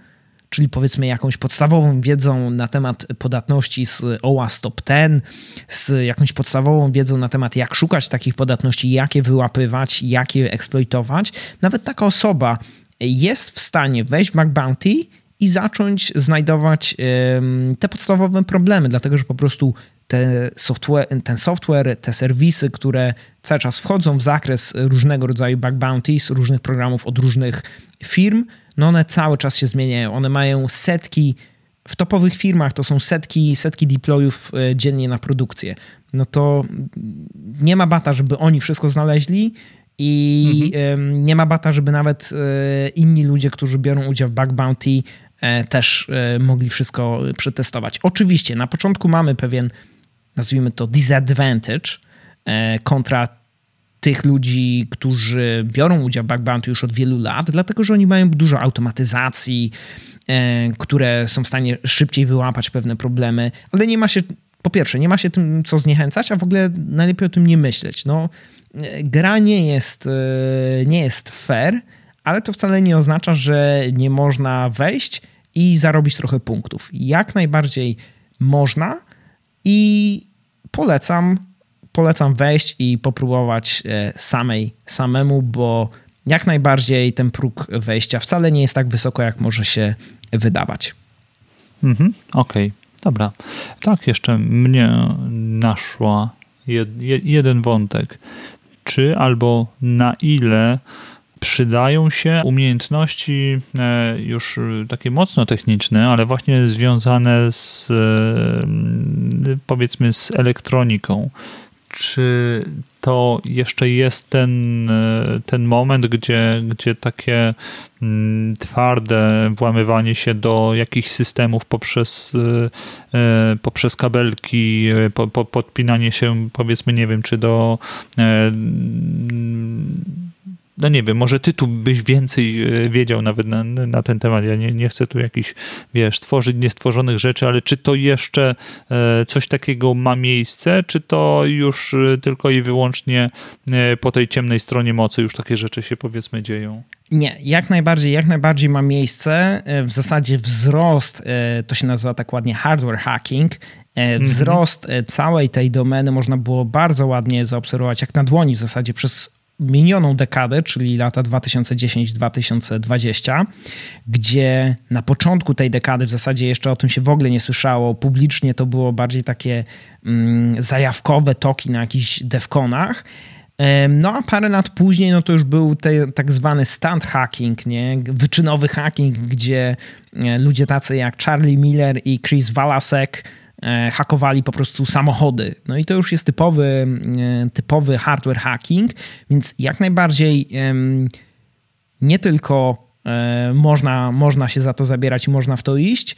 czyli powiedzmy jakąś podstawową wiedzą na temat podatności z O W A S Top dziesięć, z jakąś podstawową wiedzą na temat jak szukać takich podatności, jak je wyłapywać, jak je eksploitować, nawet taka osoba jest w stanie wejść w Bug Bounty i zacząć znajdować um, te podstawowe problemy, dlatego że po prostu te software, ten software, te serwisy, które cały czas wchodzą w zakres różnego rodzaju bug bounties, różnych programów od różnych firm, no one cały czas się zmieniają. One mają setki, w topowych firmach to są setki, setki deployów dziennie na produkcję. No to nie ma bata, żeby oni wszystko znaleźli i mhm. nie ma bata, żeby nawet inni ludzie, którzy biorą udział w bug bounty, też mogli wszystko przetestować. Oczywiście na początku mamy pewien, nazwijmy to disadvantage kontra tych ludzi, którzy biorą udział w bug bounty już od wielu lat, dlatego że oni mają dużo automatyzacji, które są w stanie szybciej wyłapać pewne problemy, ale nie ma się, po pierwsze, nie ma się tym co zniechęcać, a w ogóle najlepiej o tym nie myśleć. No, gra nie jest, nie jest fair, ale to wcale nie oznacza, że nie można wejść i zarobić trochę punktów. Jak najbardziej można i polecam, polecam wejść i popróbować samej, samemu, bo jak najbardziej ten próg wejścia wcale nie jest tak wysoko, jak może się wydawać. Mhm, okej, okay. Dobra. Tak, jeszcze mnie naszła jed, jeden wątek. Czy albo na ile przydają się umiejętności już takie mocno techniczne, ale właśnie związane z, powiedzmy, z elektroniką. Czy to jeszcze jest ten, ten moment, gdzie, gdzie takie twarde włamywanie się do jakichś systemów poprzez, poprzez kabelki, po, po, podpinanie się, powiedzmy, nie wiem, czy do no nie wiem, może ty tu byś więcej wiedział nawet na, na ten temat. Ja nie, nie chcę tu jakichś, wiesz, tworzyć niestworzonych rzeczy, ale czy to jeszcze coś takiego ma miejsce, czy to już tylko i wyłącznie po tej ciemnej stronie mocy już takie rzeczy się, powiedzmy, dzieją? Nie, jak najbardziej, jak najbardziej ma miejsce. W zasadzie wzrost, to się nazywa tak ładnie hardware hacking, wzrost mm-hmm. całej tej domeny można było bardzo ładnie zaobserwować, jak na dłoni w zasadzie przez minioną dekadę, czyli lata dwa tysiące dziesiąty do dwa tysiące dwudziestego, gdzie na początku tej dekady w zasadzie jeszcze o tym się w ogóle nie słyszało. Publicznie to było bardziej takie mm, zajawkowe toki na jakichś defconach. No a parę lat później no to już był te, tak zwany stunt hacking, nie? Wyczynowy hacking, gdzie ludzie tacy jak Charlie Miller i Chris Walasek hakowali po prostu samochody. No i to już jest typowy, typowy hardware hacking, więc jak najbardziej nie tylko można, można się za to zabierać i można w to iść.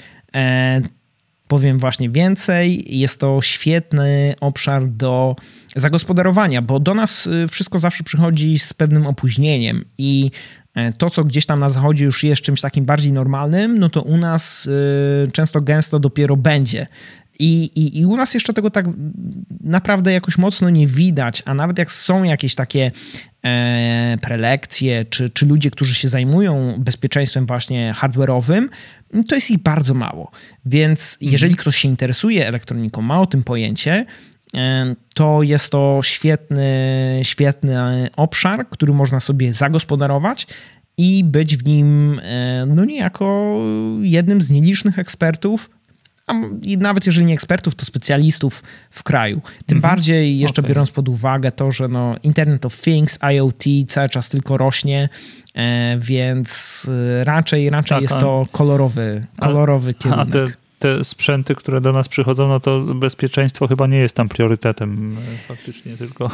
Powiem właśnie więcej, jest to świetny obszar do zagospodarowania, bo do nas wszystko zawsze przychodzi z pewnym opóźnieniem i to, co gdzieś tam na zachodzie już jest czymś takim bardziej normalnym, no to u nas często gęsto dopiero będzie. I, i, I u nas jeszcze tego tak naprawdę jakoś mocno nie widać, a nawet jak są jakieś takie e, prelekcje, czy, czy ludzie, którzy się zajmują bezpieczeństwem właśnie hardware'owym, to jest ich bardzo mało. Więc jeżeli mhm. ktoś się interesuje elektroniką, ma o tym pojęcie, e, to jest to świetny, świetny obszar, który można sobie zagospodarować i być w nim e, no niejako jednym z nielicznych ekspertów, a nawet jeżeli nie ekspertów, to specjalistów w kraju. Tym mhm. bardziej jeszcze okay. biorąc pod uwagę to, że no Internet of Things, IoT cały czas tylko rośnie, e, więc raczej, raczej tak, jest a, to kolorowy, kolorowy a, kierunek. A te, te sprzęty, które do nas przychodzą, no to bezpieczeństwo chyba nie jest tam priorytetem faktycznie, tylko...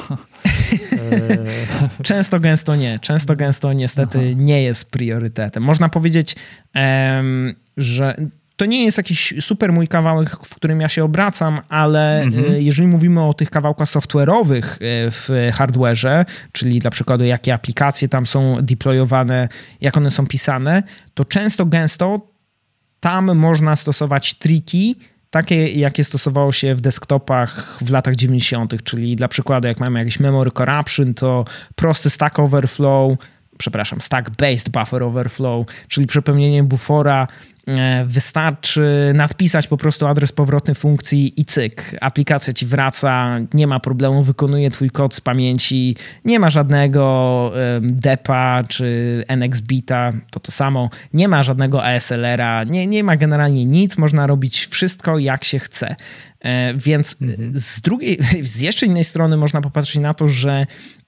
Często gęsto nie. Często gęsto niestety Aha. nie jest priorytetem. Można powiedzieć, em, że... To nie jest jakiś super mój kawałek, w którym ja się obracam, ale mm-hmm. jeżeli mówimy o tych kawałkach software'owych w hardware'ze, czyli dla przykładu jakie aplikacje tam są deployowane, jak one są pisane, to często gęsto tam można stosować triki, takie jakie stosowało się w desktopach w latach dziewięćdziesiątych, czyli dla przykładu jak mamy jakiś memory corruption, to prosty Stack Overflow, przepraszam, stack-based buffer overflow, czyli przepełnienie bufora. Wystarczy nadpisać po prostu adres powrotny funkcji i cyk, aplikacja ci wraca, nie ma problemu, wykonuje twój kod z pamięci, nie ma żadnego depa czy N X bita, to to samo, nie ma żadnego A S L R-a, nie, nie ma generalnie nic, można robić wszystko jak się chce. Więc mhm. z drugiej, z jeszcze innej strony można popatrzeć na to, że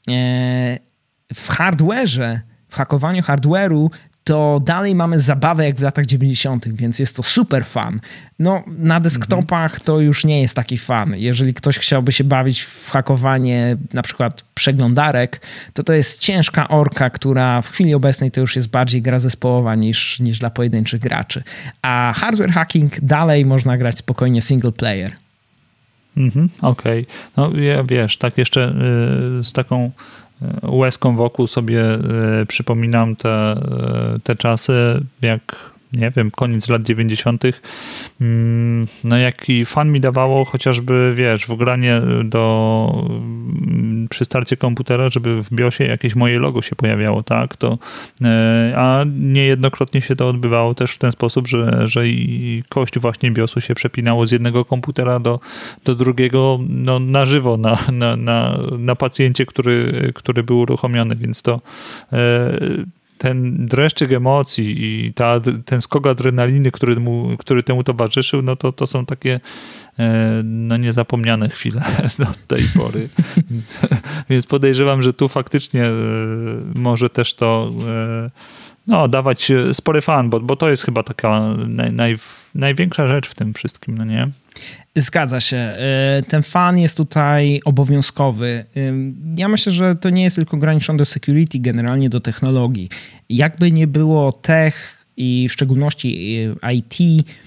w hardware'ze, w hakowaniu hardware'u to dalej mamy zabawę jak w latach dziewięćdziesiątych, więc jest to super fun. No, na desktopach to już nie jest taki fun. Jeżeli ktoś chciałby się bawić w hakowanie na przykład przeglądarek, to to jest ciężka orka, która w chwili obecnej to już jest bardziej gra zespołowa niż, niż dla pojedynczych graczy. A hardware hacking dalej można grać spokojnie single player. Mhm, okej. Okay. No ja, wiesz, tak jeszcze yy, z taką łezką wokół sobie y, przypominam te, y, te czasy, jak nie wiem, koniec lat dziewięćdziesiątych. Mm, no jaki fan mi dawało chociażby, wiesz, wgranie do mm, przy starcie komputera, żeby w BIOSie jakieś moje logo się pojawiało, tak? To, y, a niejednokrotnie się to odbywało też w ten sposób, że, że i kość właśnie BIOSu się przepinało z jednego komputera do, do drugiego, no na żywo, na, na, na, na pacjencie, który, który był uruchomiony, więc to y, ten dreszczyk emocji i ta, ten skok adrenaliny, który, mu, który temu towarzyszył, no to, to są takie no niezapomniane chwile od tej pory. Więc, więc podejrzewam, że tu faktycznie może też to no, dawać spory fan, bo, bo to jest chyba taka naj, naj, największa rzecz w tym wszystkim, no nie? Zgadza się. Ten fan jest tutaj obowiązkowy. Ja myślę, że to nie jest tylko ograniczone do security, generalnie do technologii. Jakby nie było tech i w szczególności I T,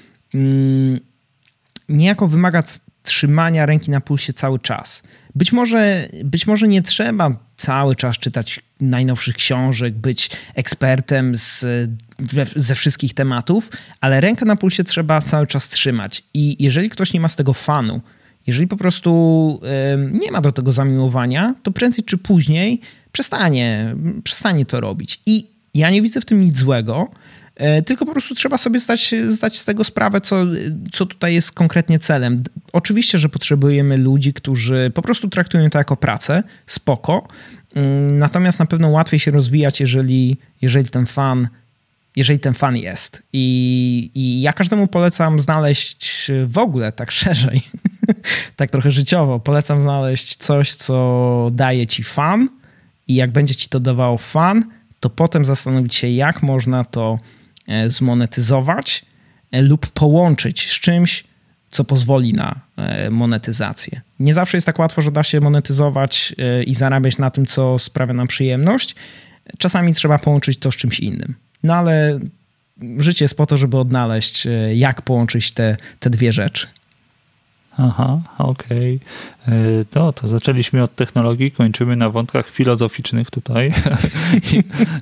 niejako wymaga trzymania ręki na pulsie cały czas. Być może, być może nie trzeba cały czas czytać najnowszych książek, być ekspertem z, ze wszystkich tematów, ale rękę na pulsie trzeba cały czas trzymać. I jeżeli ktoś nie ma z tego fanu, jeżeli po prostu y, nie ma do tego zamiłowania, to prędzej czy później przestanie, przestanie to robić. I ja nie widzę w tym nic złego, y, tylko po prostu trzeba sobie zdać, zdać z tego sprawę, co, co tutaj jest konkretnie celem. Oczywiście, że potrzebujemy ludzi, którzy po prostu traktują to jako pracę, spoko, y, natomiast na pewno łatwiej się rozwijać, jeżeli, jeżeli ten fan jeżeli ten fan jest. I, i ja każdemu polecam znaleźć w ogóle, tak szerzej, tak trochę życiowo, polecam znaleźć coś, co daje ci fan i jak będzie ci to dawało fan, to potem zastanowić się, jak można to zmonetyzować lub połączyć z czymś, co pozwoli na monetyzację. Nie zawsze jest tak łatwo, że da się monetyzować i zarabiać na tym, co sprawia nam przyjemność. Czasami trzeba połączyć to z czymś innym. No ale życie jest po to, żeby odnaleźć, jak połączyć te, te dwie rzeczy. Aha, okej. Okay. To, to zaczęliśmy od technologii, kończymy na wątkach filozoficznych tutaj. I,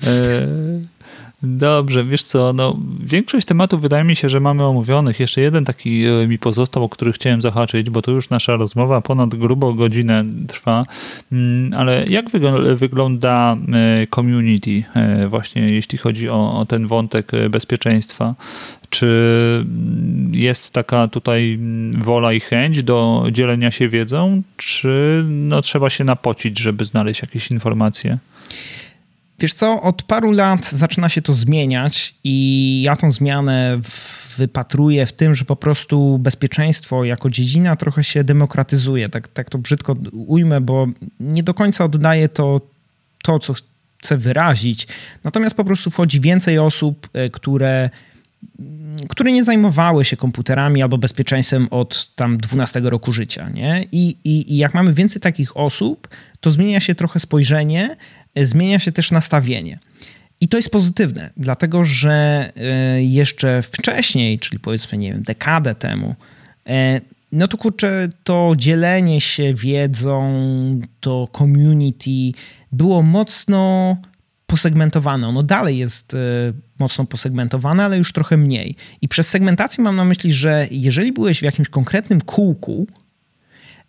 Dobrze, wiesz co, no większość tematów wydaje mi się, że mamy omówionych. Jeszcze jeden taki mi pozostał, o który chciałem zahaczyć, bo to już nasza rozmowa ponad grubo godzinę trwa, ale jak wygląda community właśnie, jeśli chodzi o, o ten wątek bezpieczeństwa? Czy jest taka tutaj wola i chęć do dzielenia się wiedzą, czy no, trzeba się napocić, żeby znaleźć jakieś informacje? Wiesz co, od paru lat zaczyna się to zmieniać i ja tą zmianę wypatruję w tym, że po prostu bezpieczeństwo jako dziedzina trochę się demokratyzuje. Tak, tak to brzydko ujmę, bo nie do końca oddaje to, to, co chcę wyrazić. Natomiast po prostu wchodzi więcej osób, które, które nie zajmowały się komputerami albo bezpieczeństwem od tam dwunastego roku życia. Nie? I, i, I jak mamy więcej takich osób, to zmienia się trochę spojrzenie, zmienia się też nastawienie. I to jest pozytywne, dlatego że jeszcze wcześniej, czyli powiedzmy, nie wiem, dekadę temu, no to kurczę, to dzielenie się wiedzą, to community było mocno posegmentowane. Ono dalej jest mocno posegmentowane, ale już trochę mniej. I przez segmentację mam na myśli, że jeżeli byłeś w jakimś konkretnym kółku,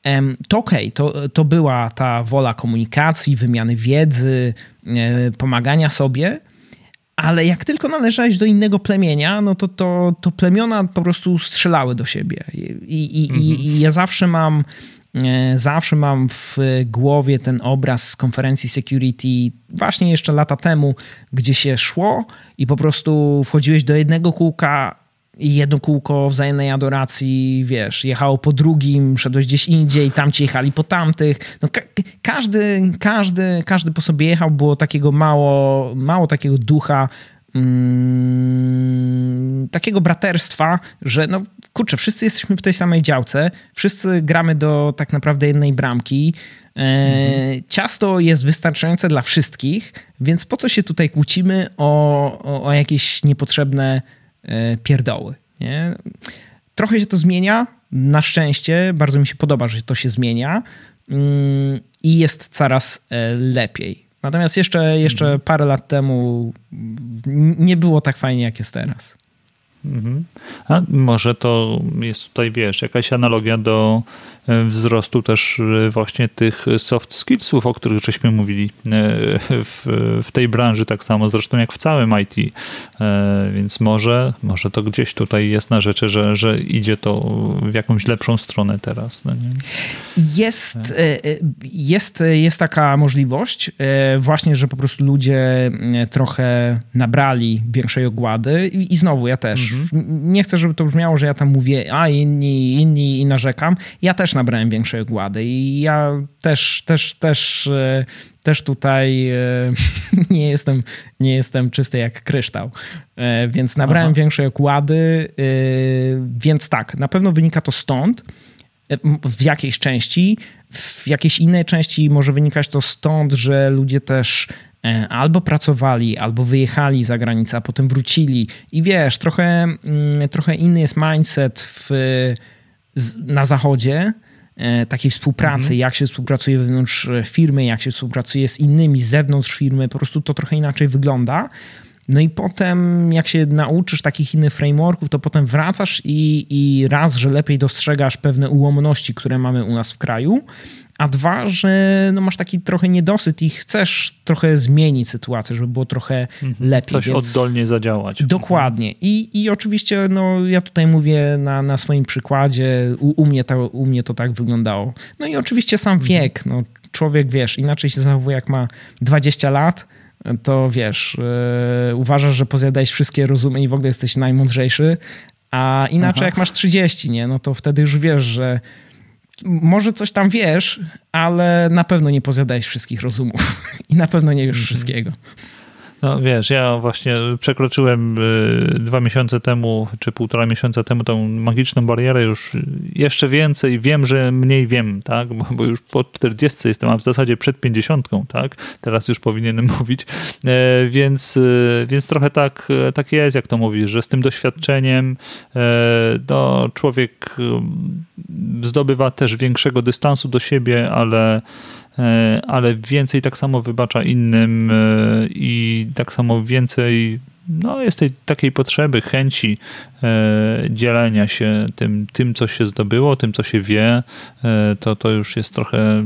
to okej, okay, to, to była ta wola komunikacji, wymiany wiedzy, pomagania sobie, ale jak tylko należałeś do innego plemienia, no to, to, to plemiona po prostu strzelały do siebie. I, i, mhm. i, i ja zawsze mam, zawsze mam w głowie ten obraz z konferencji Security właśnie jeszcze lata temu, gdzie się szło i po prostu wchodziłeś do jednego kółka i jedno kółko wzajemnej adoracji, wiesz, jechało po drugim, szedłeś gdzieś indziej, tamci jechali po tamtych. No, ka- każdy, każdy, każdy po sobie jechał, było takiego mało, mało takiego ducha, mm, takiego braterstwa, że no kurczę, wszyscy jesteśmy w tej samej działce, wszyscy gramy do tak naprawdę jednej bramki. E, mhm. Ciasto jest wystarczające dla wszystkich, więc po co się tutaj kłócimy o, o, o jakieś niepotrzebne pierdoły. Nie? Trochę się to zmienia, na szczęście, bardzo mi się podoba, że to się zmienia i jest coraz lepiej. Natomiast jeszcze, jeszcze parę lat temu nie było tak fajnie, jak jest teraz. Mhm. A może to jest tutaj, wiesz, jakaś analogia do wzrostu też właśnie tych soft skillsów, o których żeśmy mówili w, w tej branży, tak samo zresztą jak w całym I T. Więc może, może to gdzieś tutaj jest na rzeczy, że, że idzie to w jakąś lepszą stronę teraz. No nie? Jest, jest, jest taka możliwość właśnie, że po prostu ludzie trochę nabrali większej ogłady i, i znowu ja też. Mhm. Nie chcę, żeby to brzmiało, że ja tam mówię, a inni, inni i narzekam. Ja też nabrałem większej ogłady i ja też, też, też, też tutaj nie jestem, nie jestem czysty jak kryształ, więc nabrałem Aha. większej ogłady, więc tak, na pewno wynika to stąd, w jakiejś części, w jakiejś innej części może wynikać to stąd, że ludzie też albo pracowali, albo wyjechali za granicę, a potem wrócili i wiesz, trochę, trochę inny jest mindset w, na zachodzie, takiej współpracy, mhm. jak się współpracuje wewnątrz firmy, jak się współpracuje z innymi z zewnątrz firmy, po prostu to trochę inaczej wygląda. No i potem jak się nauczysz takich innych frameworków, to potem wracasz i, i raz, że lepiej dostrzegasz pewne ułomności, które mamy u nas w kraju, a dwa, że no masz taki trochę niedosyt i chcesz trochę zmienić sytuację, żeby było trochę lepiej. Coś więc... oddolnie zadziałać. Dokładnie. I, i oczywiście no, ja tutaj mówię na, na swoim przykładzie, u, u, mnie to, u mnie to tak wyglądało. No i oczywiście sam wiek. No, człowiek, wiesz, inaczej się zachowuje jak ma dwadzieścia lat, to wiesz, yy, uważasz, że pozjadałeś wszystkie rozumy i w ogóle jesteś najmądrzejszy, a inaczej Aha. jak masz trzydzieści, nie? No to wtedy już wiesz, że może coś tam wiesz, ale na pewno nie pozjadałeś wszystkich rozumów i na pewno nie już wszystkiego. No wiesz, ja właśnie przekroczyłem dwa miesiące temu, czy półtora miesiąca temu tą magiczną barierę, już jeszcze więcej wiem, że mniej wiem, tak, bo, bo już po czterdziestce jestem, a w zasadzie przed pięćdziesiątką, tak, teraz już powinienem mówić, e, więc, więc trochę tak, tak jest, jak to mówisz, że z tym doświadczeniem e, no, człowiek zdobywa też większego dystansu do siebie, ale ale więcej tak samo wybacza innym i tak samo więcej no, jest tej takiej potrzeby, chęci dzielenia się tym, tym, co się zdobyło, tym, co się wie, to, to już jest trochę,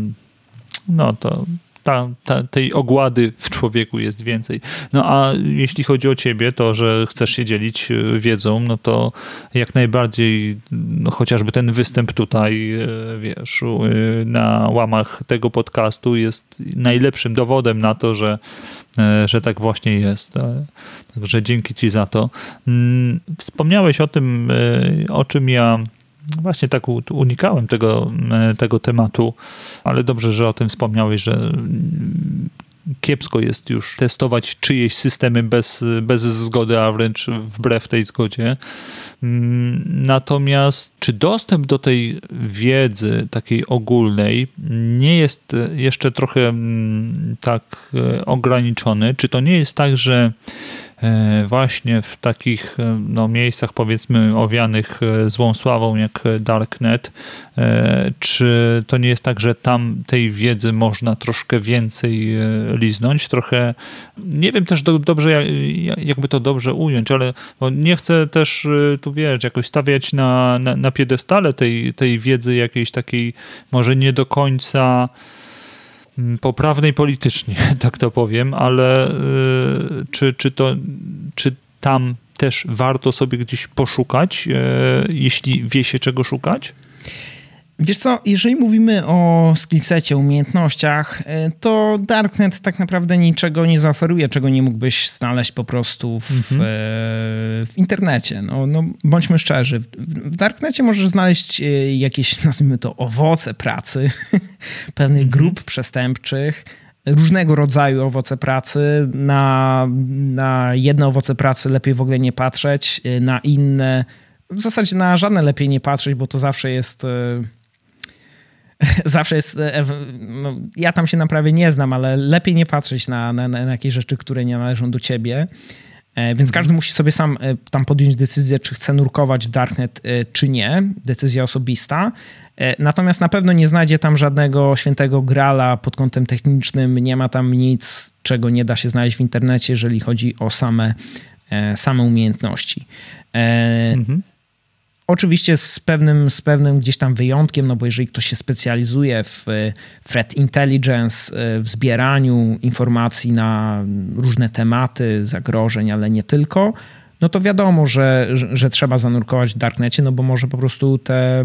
no to ta, ta, tej ogłady w człowieku jest więcej. No a jeśli chodzi o ciebie, to, że chcesz się dzielić wiedzą, no to jak najbardziej, no chociażby ten występ tutaj, wiesz, na łamach tego podcastu jest najlepszym dowodem na to, że, że tak właśnie jest. Także dzięki ci za to. Wspomniałeś o tym, o czym ja właśnie tak unikałem tego, tego tematu, ale dobrze, że o tym wspomniałeś, że kiepsko jest już testować czyjeś systemy bez, bez zgody, a wręcz wbrew tej zgodzie. Natomiast czy dostęp do tej wiedzy takiej ogólnej nie jest jeszcze trochę tak ograniczony? Czy to nie jest tak, że właśnie w takich no, miejscach, powiedzmy, owianych złą sławą jak Darknet. Czy to nie jest tak, że tam tej wiedzy można troszkę więcej liznąć? Trochę, nie wiem też do, dobrze, jakby to dobrze ująć, ale nie chcę też tu, wiesz, jakoś stawiać na, na, na piedestale tej, tej wiedzy jakiejś takiej może nie do końca poprawnej politycznie, tak to powiem, ale y, czy, czy, to, czy tam też warto sobie gdzieś poszukać, y, jeśli wie się czego szukać? Wiesz co, jeżeli mówimy o skillsecie, umiejętnościach, to Darknet tak naprawdę niczego nie zaoferuje, czego nie mógłbyś znaleźć po prostu w, mhm. w internecie. No, no, bądźmy szczerzy, w, w Darknecie możesz znaleźć jakieś, nazwijmy to, owoce pracy pewnych mhm. grup przestępczych, różnego rodzaju owoce pracy. Na, na jedne owoce pracy lepiej w ogóle nie patrzeć, na inne, w zasadzie na żadne lepiej nie patrzeć, bo to zawsze jest... Zawsze jest, no, ja tam się naprawdę nie znam, ale lepiej nie patrzeć na, na, na jakieś rzeczy, które nie należą do ciebie. Więc każdy musi sobie sam tam podjąć decyzję, czy chce nurkować w Darknet, czy nie. Decyzja osobista. Natomiast na pewno nie znajdzie tam żadnego świętego grala pod kątem technicznym. Nie ma tam nic, czego nie da się znaleźć w internecie, jeżeli chodzi o same, same umiejętności. Mhm. Oczywiście z pewnym, z pewnym gdzieś tam wyjątkiem, no bo jeżeli ktoś się specjalizuje w threat intelligence, w zbieraniu informacji na różne tematy, zagrożeń, ale nie tylko, no to wiadomo, że, że, że trzeba zanurkować w Darknecie, no bo może po prostu te,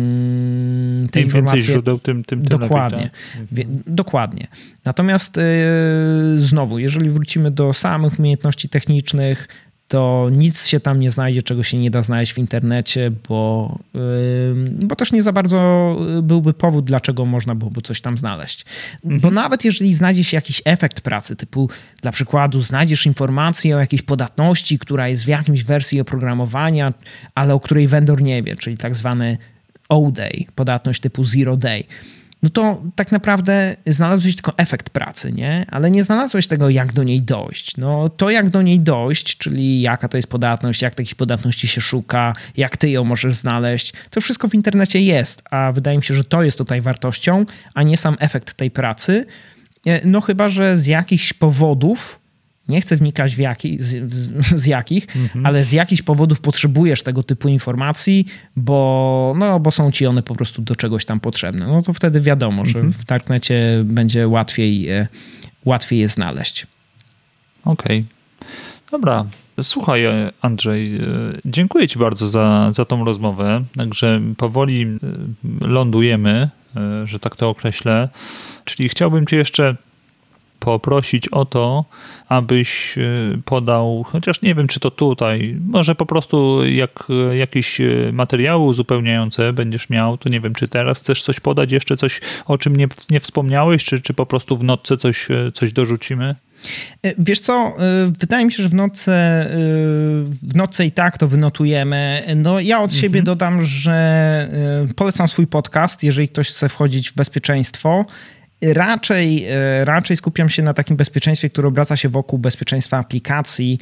te Im informacje... więcej źródeł, tym, tym dokładnie, lepiej, tak? Wie, dokładnie. Natomiast yy, znowu, jeżeli wrócimy do samych umiejętności technicznych, to nic się tam nie znajdzie, czego się nie da znaleźć w internecie, bo, yy, bo też nie za bardzo byłby powód, dlaczego można byłoby coś tam znaleźć. Mhm. Bo nawet jeżeli znajdzie się jakiś efekt pracy, typu dla przykładu znajdziesz informację o jakiejś podatności, która jest w jakimś wersji oprogramowania, ale o której vendor nie wie, czyli tak zwany O-Day, podatność typu Zero Day, no to tak naprawdę znalazłeś tylko efekt pracy, nie? Ale nie znalazłeś tego, jak do niej dojść. No to, jak do niej dojść, czyli jaka to jest podatność, jak takich podatności się szuka, jak ty ją możesz znaleźć, to wszystko w internecie jest, a wydaje mi się, że to jest tutaj wartością, a nie sam efekt tej pracy. No chyba, że z jakichś powodów, nie chcę wnikać w jaki, z, z jakich, mhm. ale z jakichś powodów potrzebujesz tego typu informacji, bo, no, bo są ci one po prostu do czegoś tam potrzebne. No to wtedy wiadomo, mhm. że w Darknecie będzie łatwiej, łatwiej je znaleźć. Okej. Okay. Dobra. Słuchaj, Andrzej, dziękuję ci bardzo za, za tą rozmowę. Także powoli lądujemy, że tak to określę. Czyli chciałbym cię jeszcze poprosić o to, abyś podał, chociaż nie wiem, czy to tutaj, może po prostu jak jakieś materiały uzupełniające będziesz miał, to nie wiem, czy teraz chcesz coś podać, jeszcze coś, o czym nie, nie wspomniałeś, czy, czy po prostu w notce coś, coś dorzucimy? Wiesz co, wydaje mi się, że w notce, w notce i tak to wynotujemy. No ja od mhm. siebie dodam, że polecam swój podcast, jeżeli ktoś chce wchodzić w bezpieczeństwo. Raczej, raczej skupiam się na takim bezpieczeństwie, które obraca się wokół bezpieczeństwa aplikacji.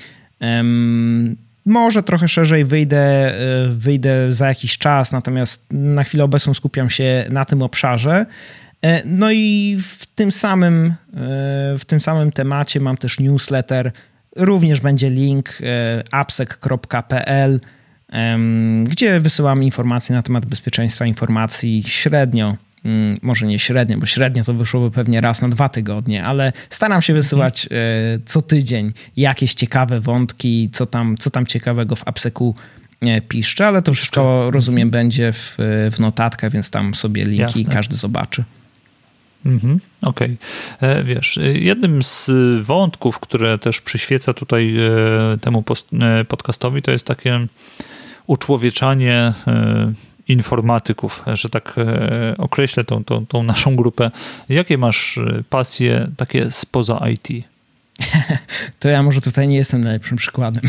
Może trochę szerzej wyjdę, wyjdę za jakiś czas, natomiast na chwilę obecną skupiam się na tym obszarze. No i w tym samym, w tym samym temacie mam też newsletter. Również będzie link appsec kropka p l, gdzie wysyłam informacje na temat bezpieczeństwa informacji średnio. Może nie średnio, bo średnio to wyszłoby pewnie raz na dwa tygodnie, ale staram się wysyłać mhm. co tydzień jakieś ciekawe wątki, co tam, co tam ciekawego w AppSecu piszczę, ale to wszystko, rozumiem, będzie w, w notatkach, więc tam sobie linki Jasne. każdy zobaczy. Mhm, okej. Okay. Wiesz, jednym z wątków, które też przyświeca tutaj temu podcastowi, to jest takie uczłowieczanie informatyków, że tak określę tą, tą, tą naszą grupę. Jakie masz pasje takie spoza I T? To ja może tutaj nie jestem najlepszym przykładem.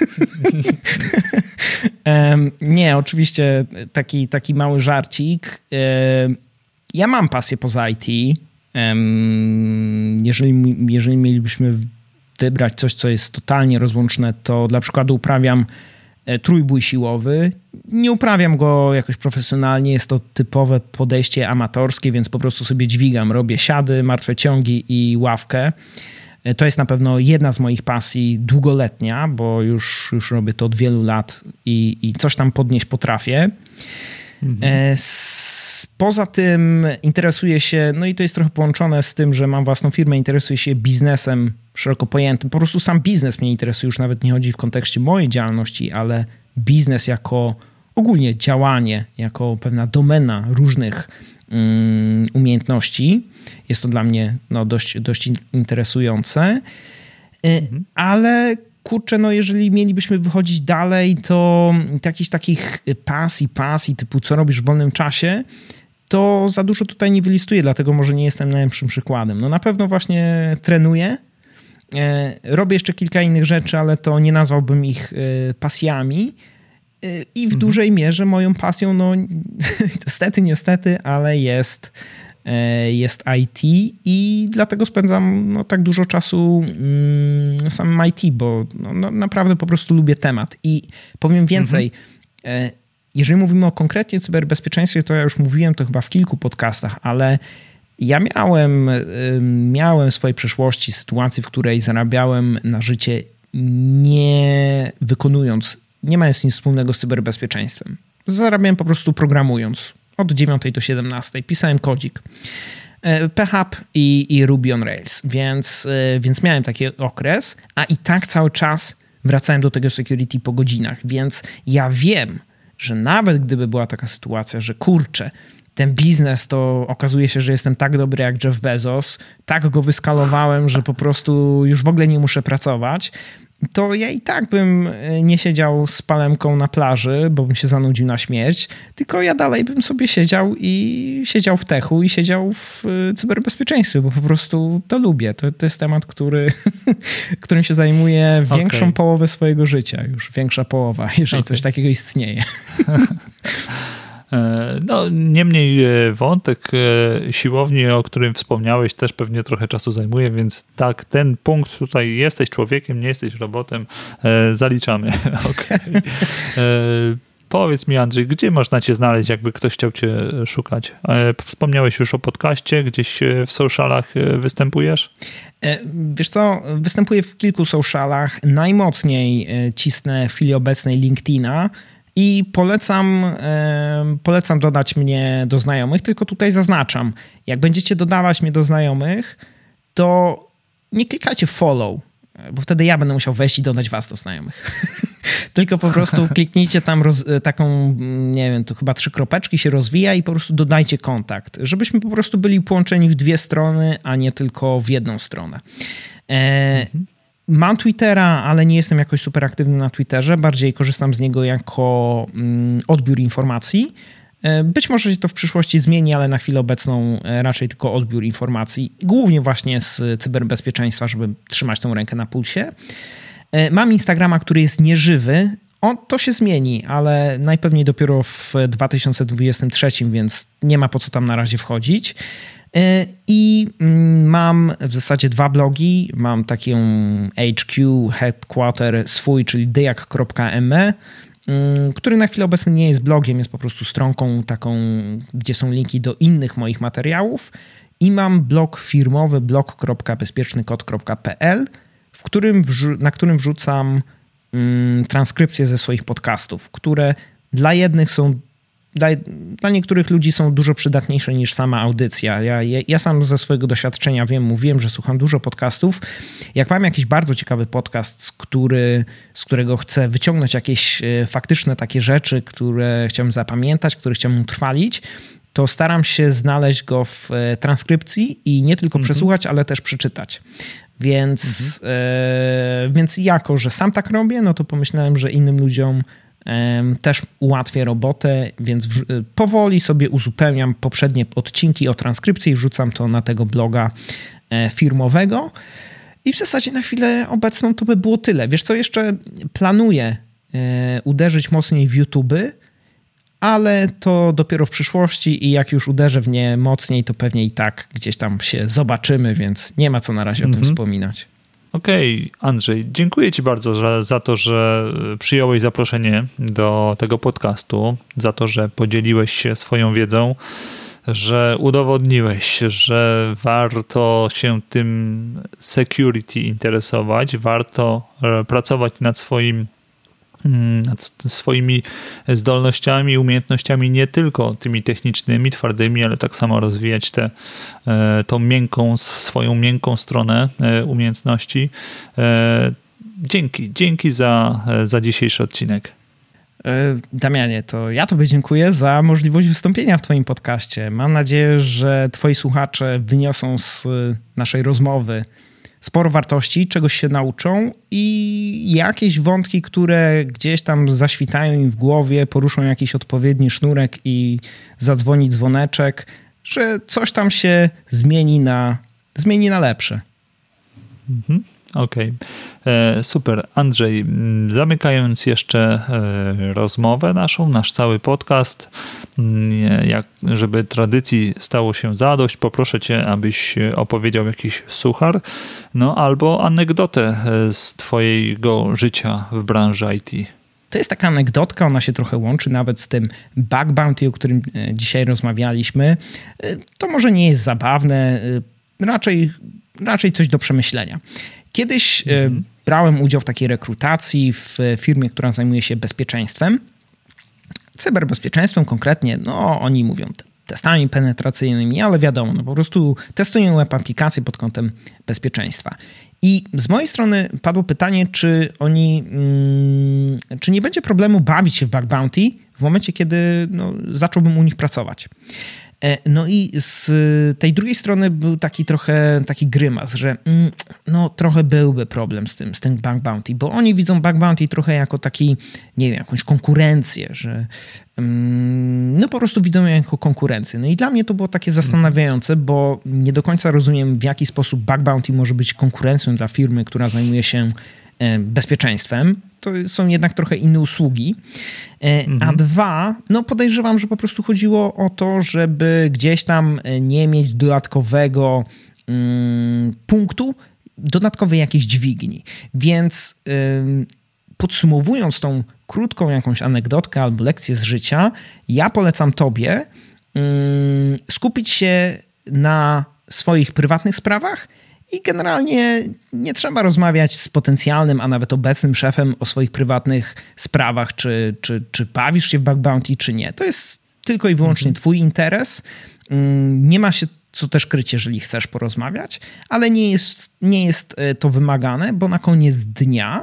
Nie, oczywiście taki, taki mały żarcik. Ja mam pasję poza I T. Jeżeli, jeżeli mielibyśmy wybrać coś, co jest totalnie rozłączne, to dla przykładu uprawiam trójbój siłowy. Nie uprawiam go jakoś profesjonalnie, jest to typowe podejście amatorskie, więc po prostu sobie dźwigam, robię siady, martwe ciągi i ławkę. To jest na pewno jedna z moich pasji długoletnia, bo już, już robię to od wielu lat i, i coś tam podnieść potrafię. Mhm. Poza tym interesuję się, no i to jest trochę połączone z tym, że mam własną firmę, interesuję się biznesem szeroko pojętym. Po prostu sam biznes mnie interesuje, już nawet nie chodzi w kontekście mojej działalności, ale biznes jako ogólnie działanie, jako pewna domena różnych um, umiejętności. Jest to dla mnie no, dość, dość interesujące, mhm. ale kurczę, no jeżeli mielibyśmy wychodzić dalej, to jakichś takich pasji, pasji typu co robisz w wolnym czasie, to za dużo tutaj nie wylistuję, dlatego może nie jestem najlepszym przykładem. No na pewno właśnie trenuję, robię jeszcze kilka innych rzeczy, ale to nie nazwałbym ich pasjami i w mhm. dużej mierze moją pasją, no niestety, niestety, ale jest... jest I T i dlatego spędzam no, tak dużo czasu mm, samym I T, bo no, no, naprawdę po prostu lubię temat. I powiem więcej, mhm. jeżeli mówimy o konkretnie cyberbezpieczeństwie, to ja już mówiłem to chyba w kilku podcastach, ale ja miałem, miałem w swojej przeszłości sytuację, w której zarabiałem na życie nie wykonując, nie mając nic wspólnego z cyberbezpieczeństwem. Zarabiałem po prostu programując. Od dziewiątej do siedemnastej pisałem kodzik. P H P i, i Ruby on Rails, więc, więc miałem taki okres, a i tak cały czas wracałem do tego security po godzinach, więc ja wiem, że nawet gdyby była taka sytuacja, że kurczę, ten biznes to okazuje się, że jestem tak dobry jak Jeff Bezos, tak go wyskalowałem, że po prostu już w ogóle nie muszę pracować, to ja i tak bym nie siedział z palemką na plaży, bo bym się zanudził na śmierć, tylko ja dalej bym sobie siedział i siedział w techu i siedział w cyberbezpieczeństwie, bo po prostu to lubię. To, to jest temat, który, którym się zajmuję większą okay. połowę swojego życia już. Większa połowa, jeżeli okay. coś takiego istnieje. No, niemniej wątek siłowni, o którym wspomniałeś, też pewnie trochę czasu zajmuje, więc tak, ten punkt tutaj, jesteś człowiekiem, nie jesteś robotem, zaliczamy. Okay. Powiedz mi, Andrzej, gdzie można cię znaleźć, jakby ktoś chciał cię szukać? Wspomniałeś już o podcaście, gdzieś w socialach występujesz? Wiesz co, występuję w kilku socialach, najmocniej cisnę w chwili obecnej LinkedIna, i polecam, polecam dodać mnie do znajomych, tylko tutaj zaznaczam, jak będziecie dodawać mnie do znajomych, to nie klikajcie follow, bo wtedy ja będę musiał wejść i dodać was do znajomych. Tylko po prostu kliknijcie tam roz, taką, nie wiem, to chyba trzy kropeczki się rozwija i po prostu dodajcie kontakt, żebyśmy po prostu byli połączeni w dwie strony, a nie tylko w jedną stronę. E, mhm. Mam Twittera, ale nie jestem jakoś super aktywny na Twitterze. Bardziej korzystam z niego jako mm, odbiór informacji. Być może się to w przyszłości zmieni, ale na chwilę obecną raczej tylko odbiór informacji. Głównie właśnie z cyberbezpieczeństwa, żeby trzymać tą rękę na pulsie. Mam Instagrama, który jest nieżywy. On, to się zmieni, ale najpewniej dopiero w dwa tysiące dwudziestym trzecim, więc nie ma po co tam na razie wchodzić. I mam w zasadzie dwa blogi. Mam taki H Q, headquarter swój, czyli dyjak kropka em e, który na chwilę obecną nie jest blogiem, jest po prostu stronką taką, gdzie są linki do innych moich materiałów. I mam blog firmowy blog kropka bezpieczny kod kropka p l, w którym wrzu- na którym wrzucam mm, transkrypcje ze swoich podcastów, które dla jednych są Dla, dla niektórych ludzi są dużo przydatniejsze niż sama audycja. Ja, ja, ja sam ze swojego doświadczenia wiem, mówiłem, że słucham dużo podcastów. Jak mam jakiś bardzo ciekawy podcast, z, który, z którego chcę wyciągnąć jakieś faktyczne takie rzeczy, które chciałbym zapamiętać, które chciałbym utrwalić, to staram się znaleźć go w transkrypcji i nie tylko mm-hmm. przesłuchać, ale też przeczytać. Więc, mm-hmm. e, więc jako, że sam tak robię, no to pomyślałem, że innym ludziom też ułatwię robotę, więc w, powoli sobie uzupełniam poprzednie odcinki o transkrypcji i wrzucam to na tego bloga firmowego. I w zasadzie na chwilę obecną to by było tyle. Wiesz co, jeszcze planuję uderzyć mocniej w YouTube, ale to dopiero w przyszłości i jak już uderzę w nie mocniej, to pewnie i tak gdzieś tam się zobaczymy, więc nie ma co na razie mm-hmm. o tym wspominać. Okej, okay, Andrzej, dziękuję Ci bardzo za, za to, że przyjąłeś zaproszenie do tego podcastu, za to, że podzieliłeś się swoją wiedzą, że udowodniłeś, że warto się tym security interesować, warto pracować nad swoim nad swoimi zdolnościami, umiejętnościami, nie tylko tymi technicznymi, twardymi, ale tak samo rozwijać tę tą miękką, swoją miękką stronę umiejętności. Dzięki, dzięki za, za dzisiejszy odcinek. Damianie, to ja Tobie dziękuję za możliwość wystąpienia w Twoim podcaście. Mam nadzieję, że Twoi słuchacze wyniosą z naszej rozmowy sporo wartości, czegoś się nauczą i jakieś wątki, które gdzieś tam zaświtają im w głowie, poruszą jakiś odpowiedni sznurek i zadzwoni dzwoneczek, że coś tam się zmieni na, zmieni na lepsze. Mhm. Okej, okay. Super. Andrzej, zamykając jeszcze rozmowę naszą, nasz cały podcast, jak, żeby tradycji stało się zadość, poproszę Cię, abyś opowiedział jakiś suchar, no albo anegdotę z Twojego życia w branży I T. To jest taka anegdotka, ona się trochę łączy nawet z tym bug bounty, o którym dzisiaj rozmawialiśmy. To może nie jest zabawne, raczej, raczej coś do przemyślenia. Kiedyś mm. brałem udział w takiej rekrutacji w firmie, która zajmuje się bezpieczeństwem, cyberbezpieczeństwem konkretnie, no oni mówią testami penetracyjnymi, ale wiadomo, no po prostu testują web aplikacje pod kątem bezpieczeństwa. I z mojej strony padło pytanie, czy oni, mm, czy nie będzie problemu bawić się w bug bounty w momencie, kiedy no, zacząłbym u nich pracować. No i z tej drugiej strony był taki trochę taki grymas, że no trochę byłby problem z tym, z tym bug bounty, bo oni widzą bug bounty trochę jako taki, nie wiem, jakąś konkurencję, że no po prostu widzą ją jako konkurencję. No i dla mnie to było takie zastanawiające, bo nie do końca rozumiem, w jaki sposób bug bounty może być konkurencją dla firmy, która zajmuje się bezpieczeństwem. To są jednak trochę inne usługi. Mhm. A dwa, no podejrzewam, że po prostu chodziło o to, żeby gdzieś tam nie mieć dodatkowego um, punktu, dodatkowej jakiejś dźwigni. Więc um, podsumowując tą krótką jakąś anegdotkę albo lekcję z życia, ja polecam Tobie um, skupić się na swoich prywatnych sprawach i generalnie nie trzeba rozmawiać z potencjalnym, a nawet obecnym szefem o swoich prywatnych sprawach, czy, czy, czy bawisz się w bug bounty, czy nie. To jest tylko i wyłącznie twój interes. Nie ma się co też kryć, jeżeli chcesz porozmawiać, ale nie jest, nie jest to wymagane, bo na koniec dnia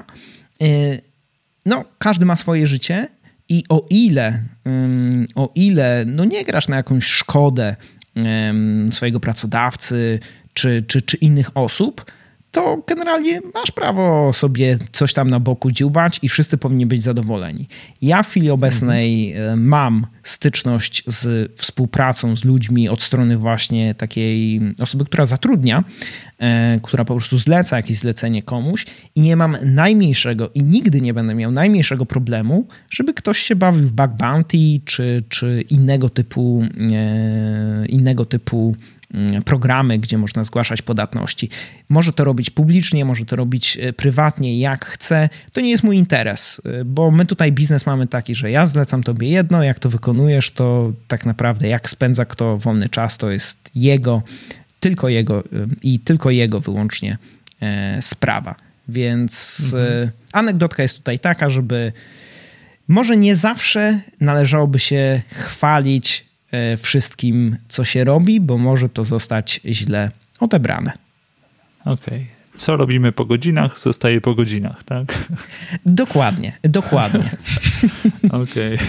no, każdy ma swoje życie i o ile, o ile no nie grasz na jakąś szkodę swojego pracodawcy, Czy, czy, czy innych osób, to generalnie masz prawo sobie coś tam na boku dziubać i wszyscy powinni być zadowoleni. Ja w chwili obecnej mhm. mam styczność z współpracą z ludźmi od strony właśnie takiej osoby, która zatrudnia, e, która po prostu zleca jakieś zlecenie komuś i nie mam najmniejszego i nigdy nie będę miał najmniejszego problemu, żeby ktoś się bawił w bug bounty czy, czy innego typu e, innego typu programy, gdzie można zgłaszać podatności. Może to robić publicznie, może to robić prywatnie, jak chce. To nie jest mój interes, bo my tutaj biznes mamy taki, że ja zlecam tobie jedno, jak to wykonujesz, to tak naprawdę jak spędza kto wolny czas, to jest jego, tylko jego i tylko jego wyłącznie sprawa. Więc mhm. anegdotka jest tutaj taka, żeby może nie zawsze należałoby się chwalić wszystkim, co się robi, bo może to zostać źle odebrane. Okej. Okay. Co robimy po godzinach, zostaje po godzinach, tak? Dokładnie, dokładnie. Okej. Okay.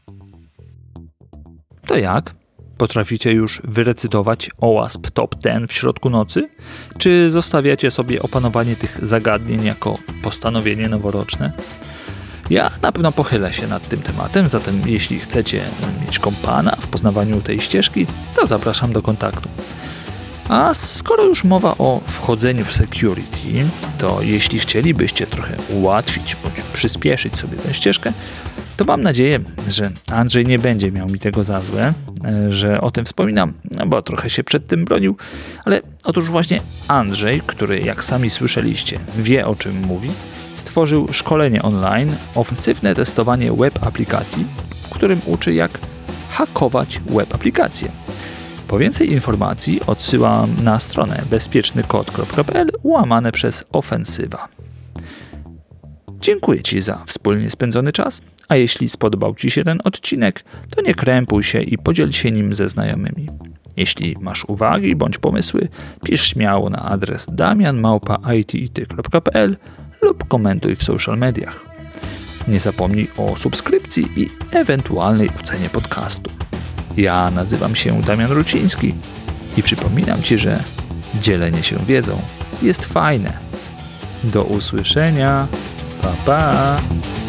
To jak? Potraficie już wyrecytować O W A S P Top dziesięć w środku nocy? Czy zostawiacie sobie opanowanie tych zagadnień jako postanowienie noworoczne? Ja na pewno pochylę się nad tym tematem, zatem jeśli chcecie mieć kompana w poznawaniu tej ścieżki, to zapraszam do kontaktu. A skoro już mowa o wchodzeniu w security, to jeśli chcielibyście trochę ułatwić bądź przyspieszyć sobie tę ścieżkę, to mam nadzieję, że Andrzej nie będzie miał mi tego za złe, że o tym wspominam, no bo trochę się przed tym bronił, ale otóż właśnie Andrzej, który jak sami słyszeliście, wie o czym mówi, stworzył szkolenie online Ofensywne testowanie web aplikacji, w którym uczy jak hakować web aplikacje. Po więcej informacji odsyłam na stronę bezpieczny kod kropka p l łamane przez ofensywa. Dziękuję Ci za wspólnie spędzony czas, a jeśli spodobał Ci się ten odcinek, to nie krępuj się i podziel się nim ze znajomymi. Jeśli masz uwagi bądź pomysły, pisz śmiało na adres damian małpa i t i t kropka p l lub komentuj w social mediach. Nie zapomnij o subskrypcji i ewentualnej ocenie podcastu. Ja nazywam się Damian Ruciński i przypominam Ci, że dzielenie się wiedzą jest fajne. Do usłyszenia. Pa, pa.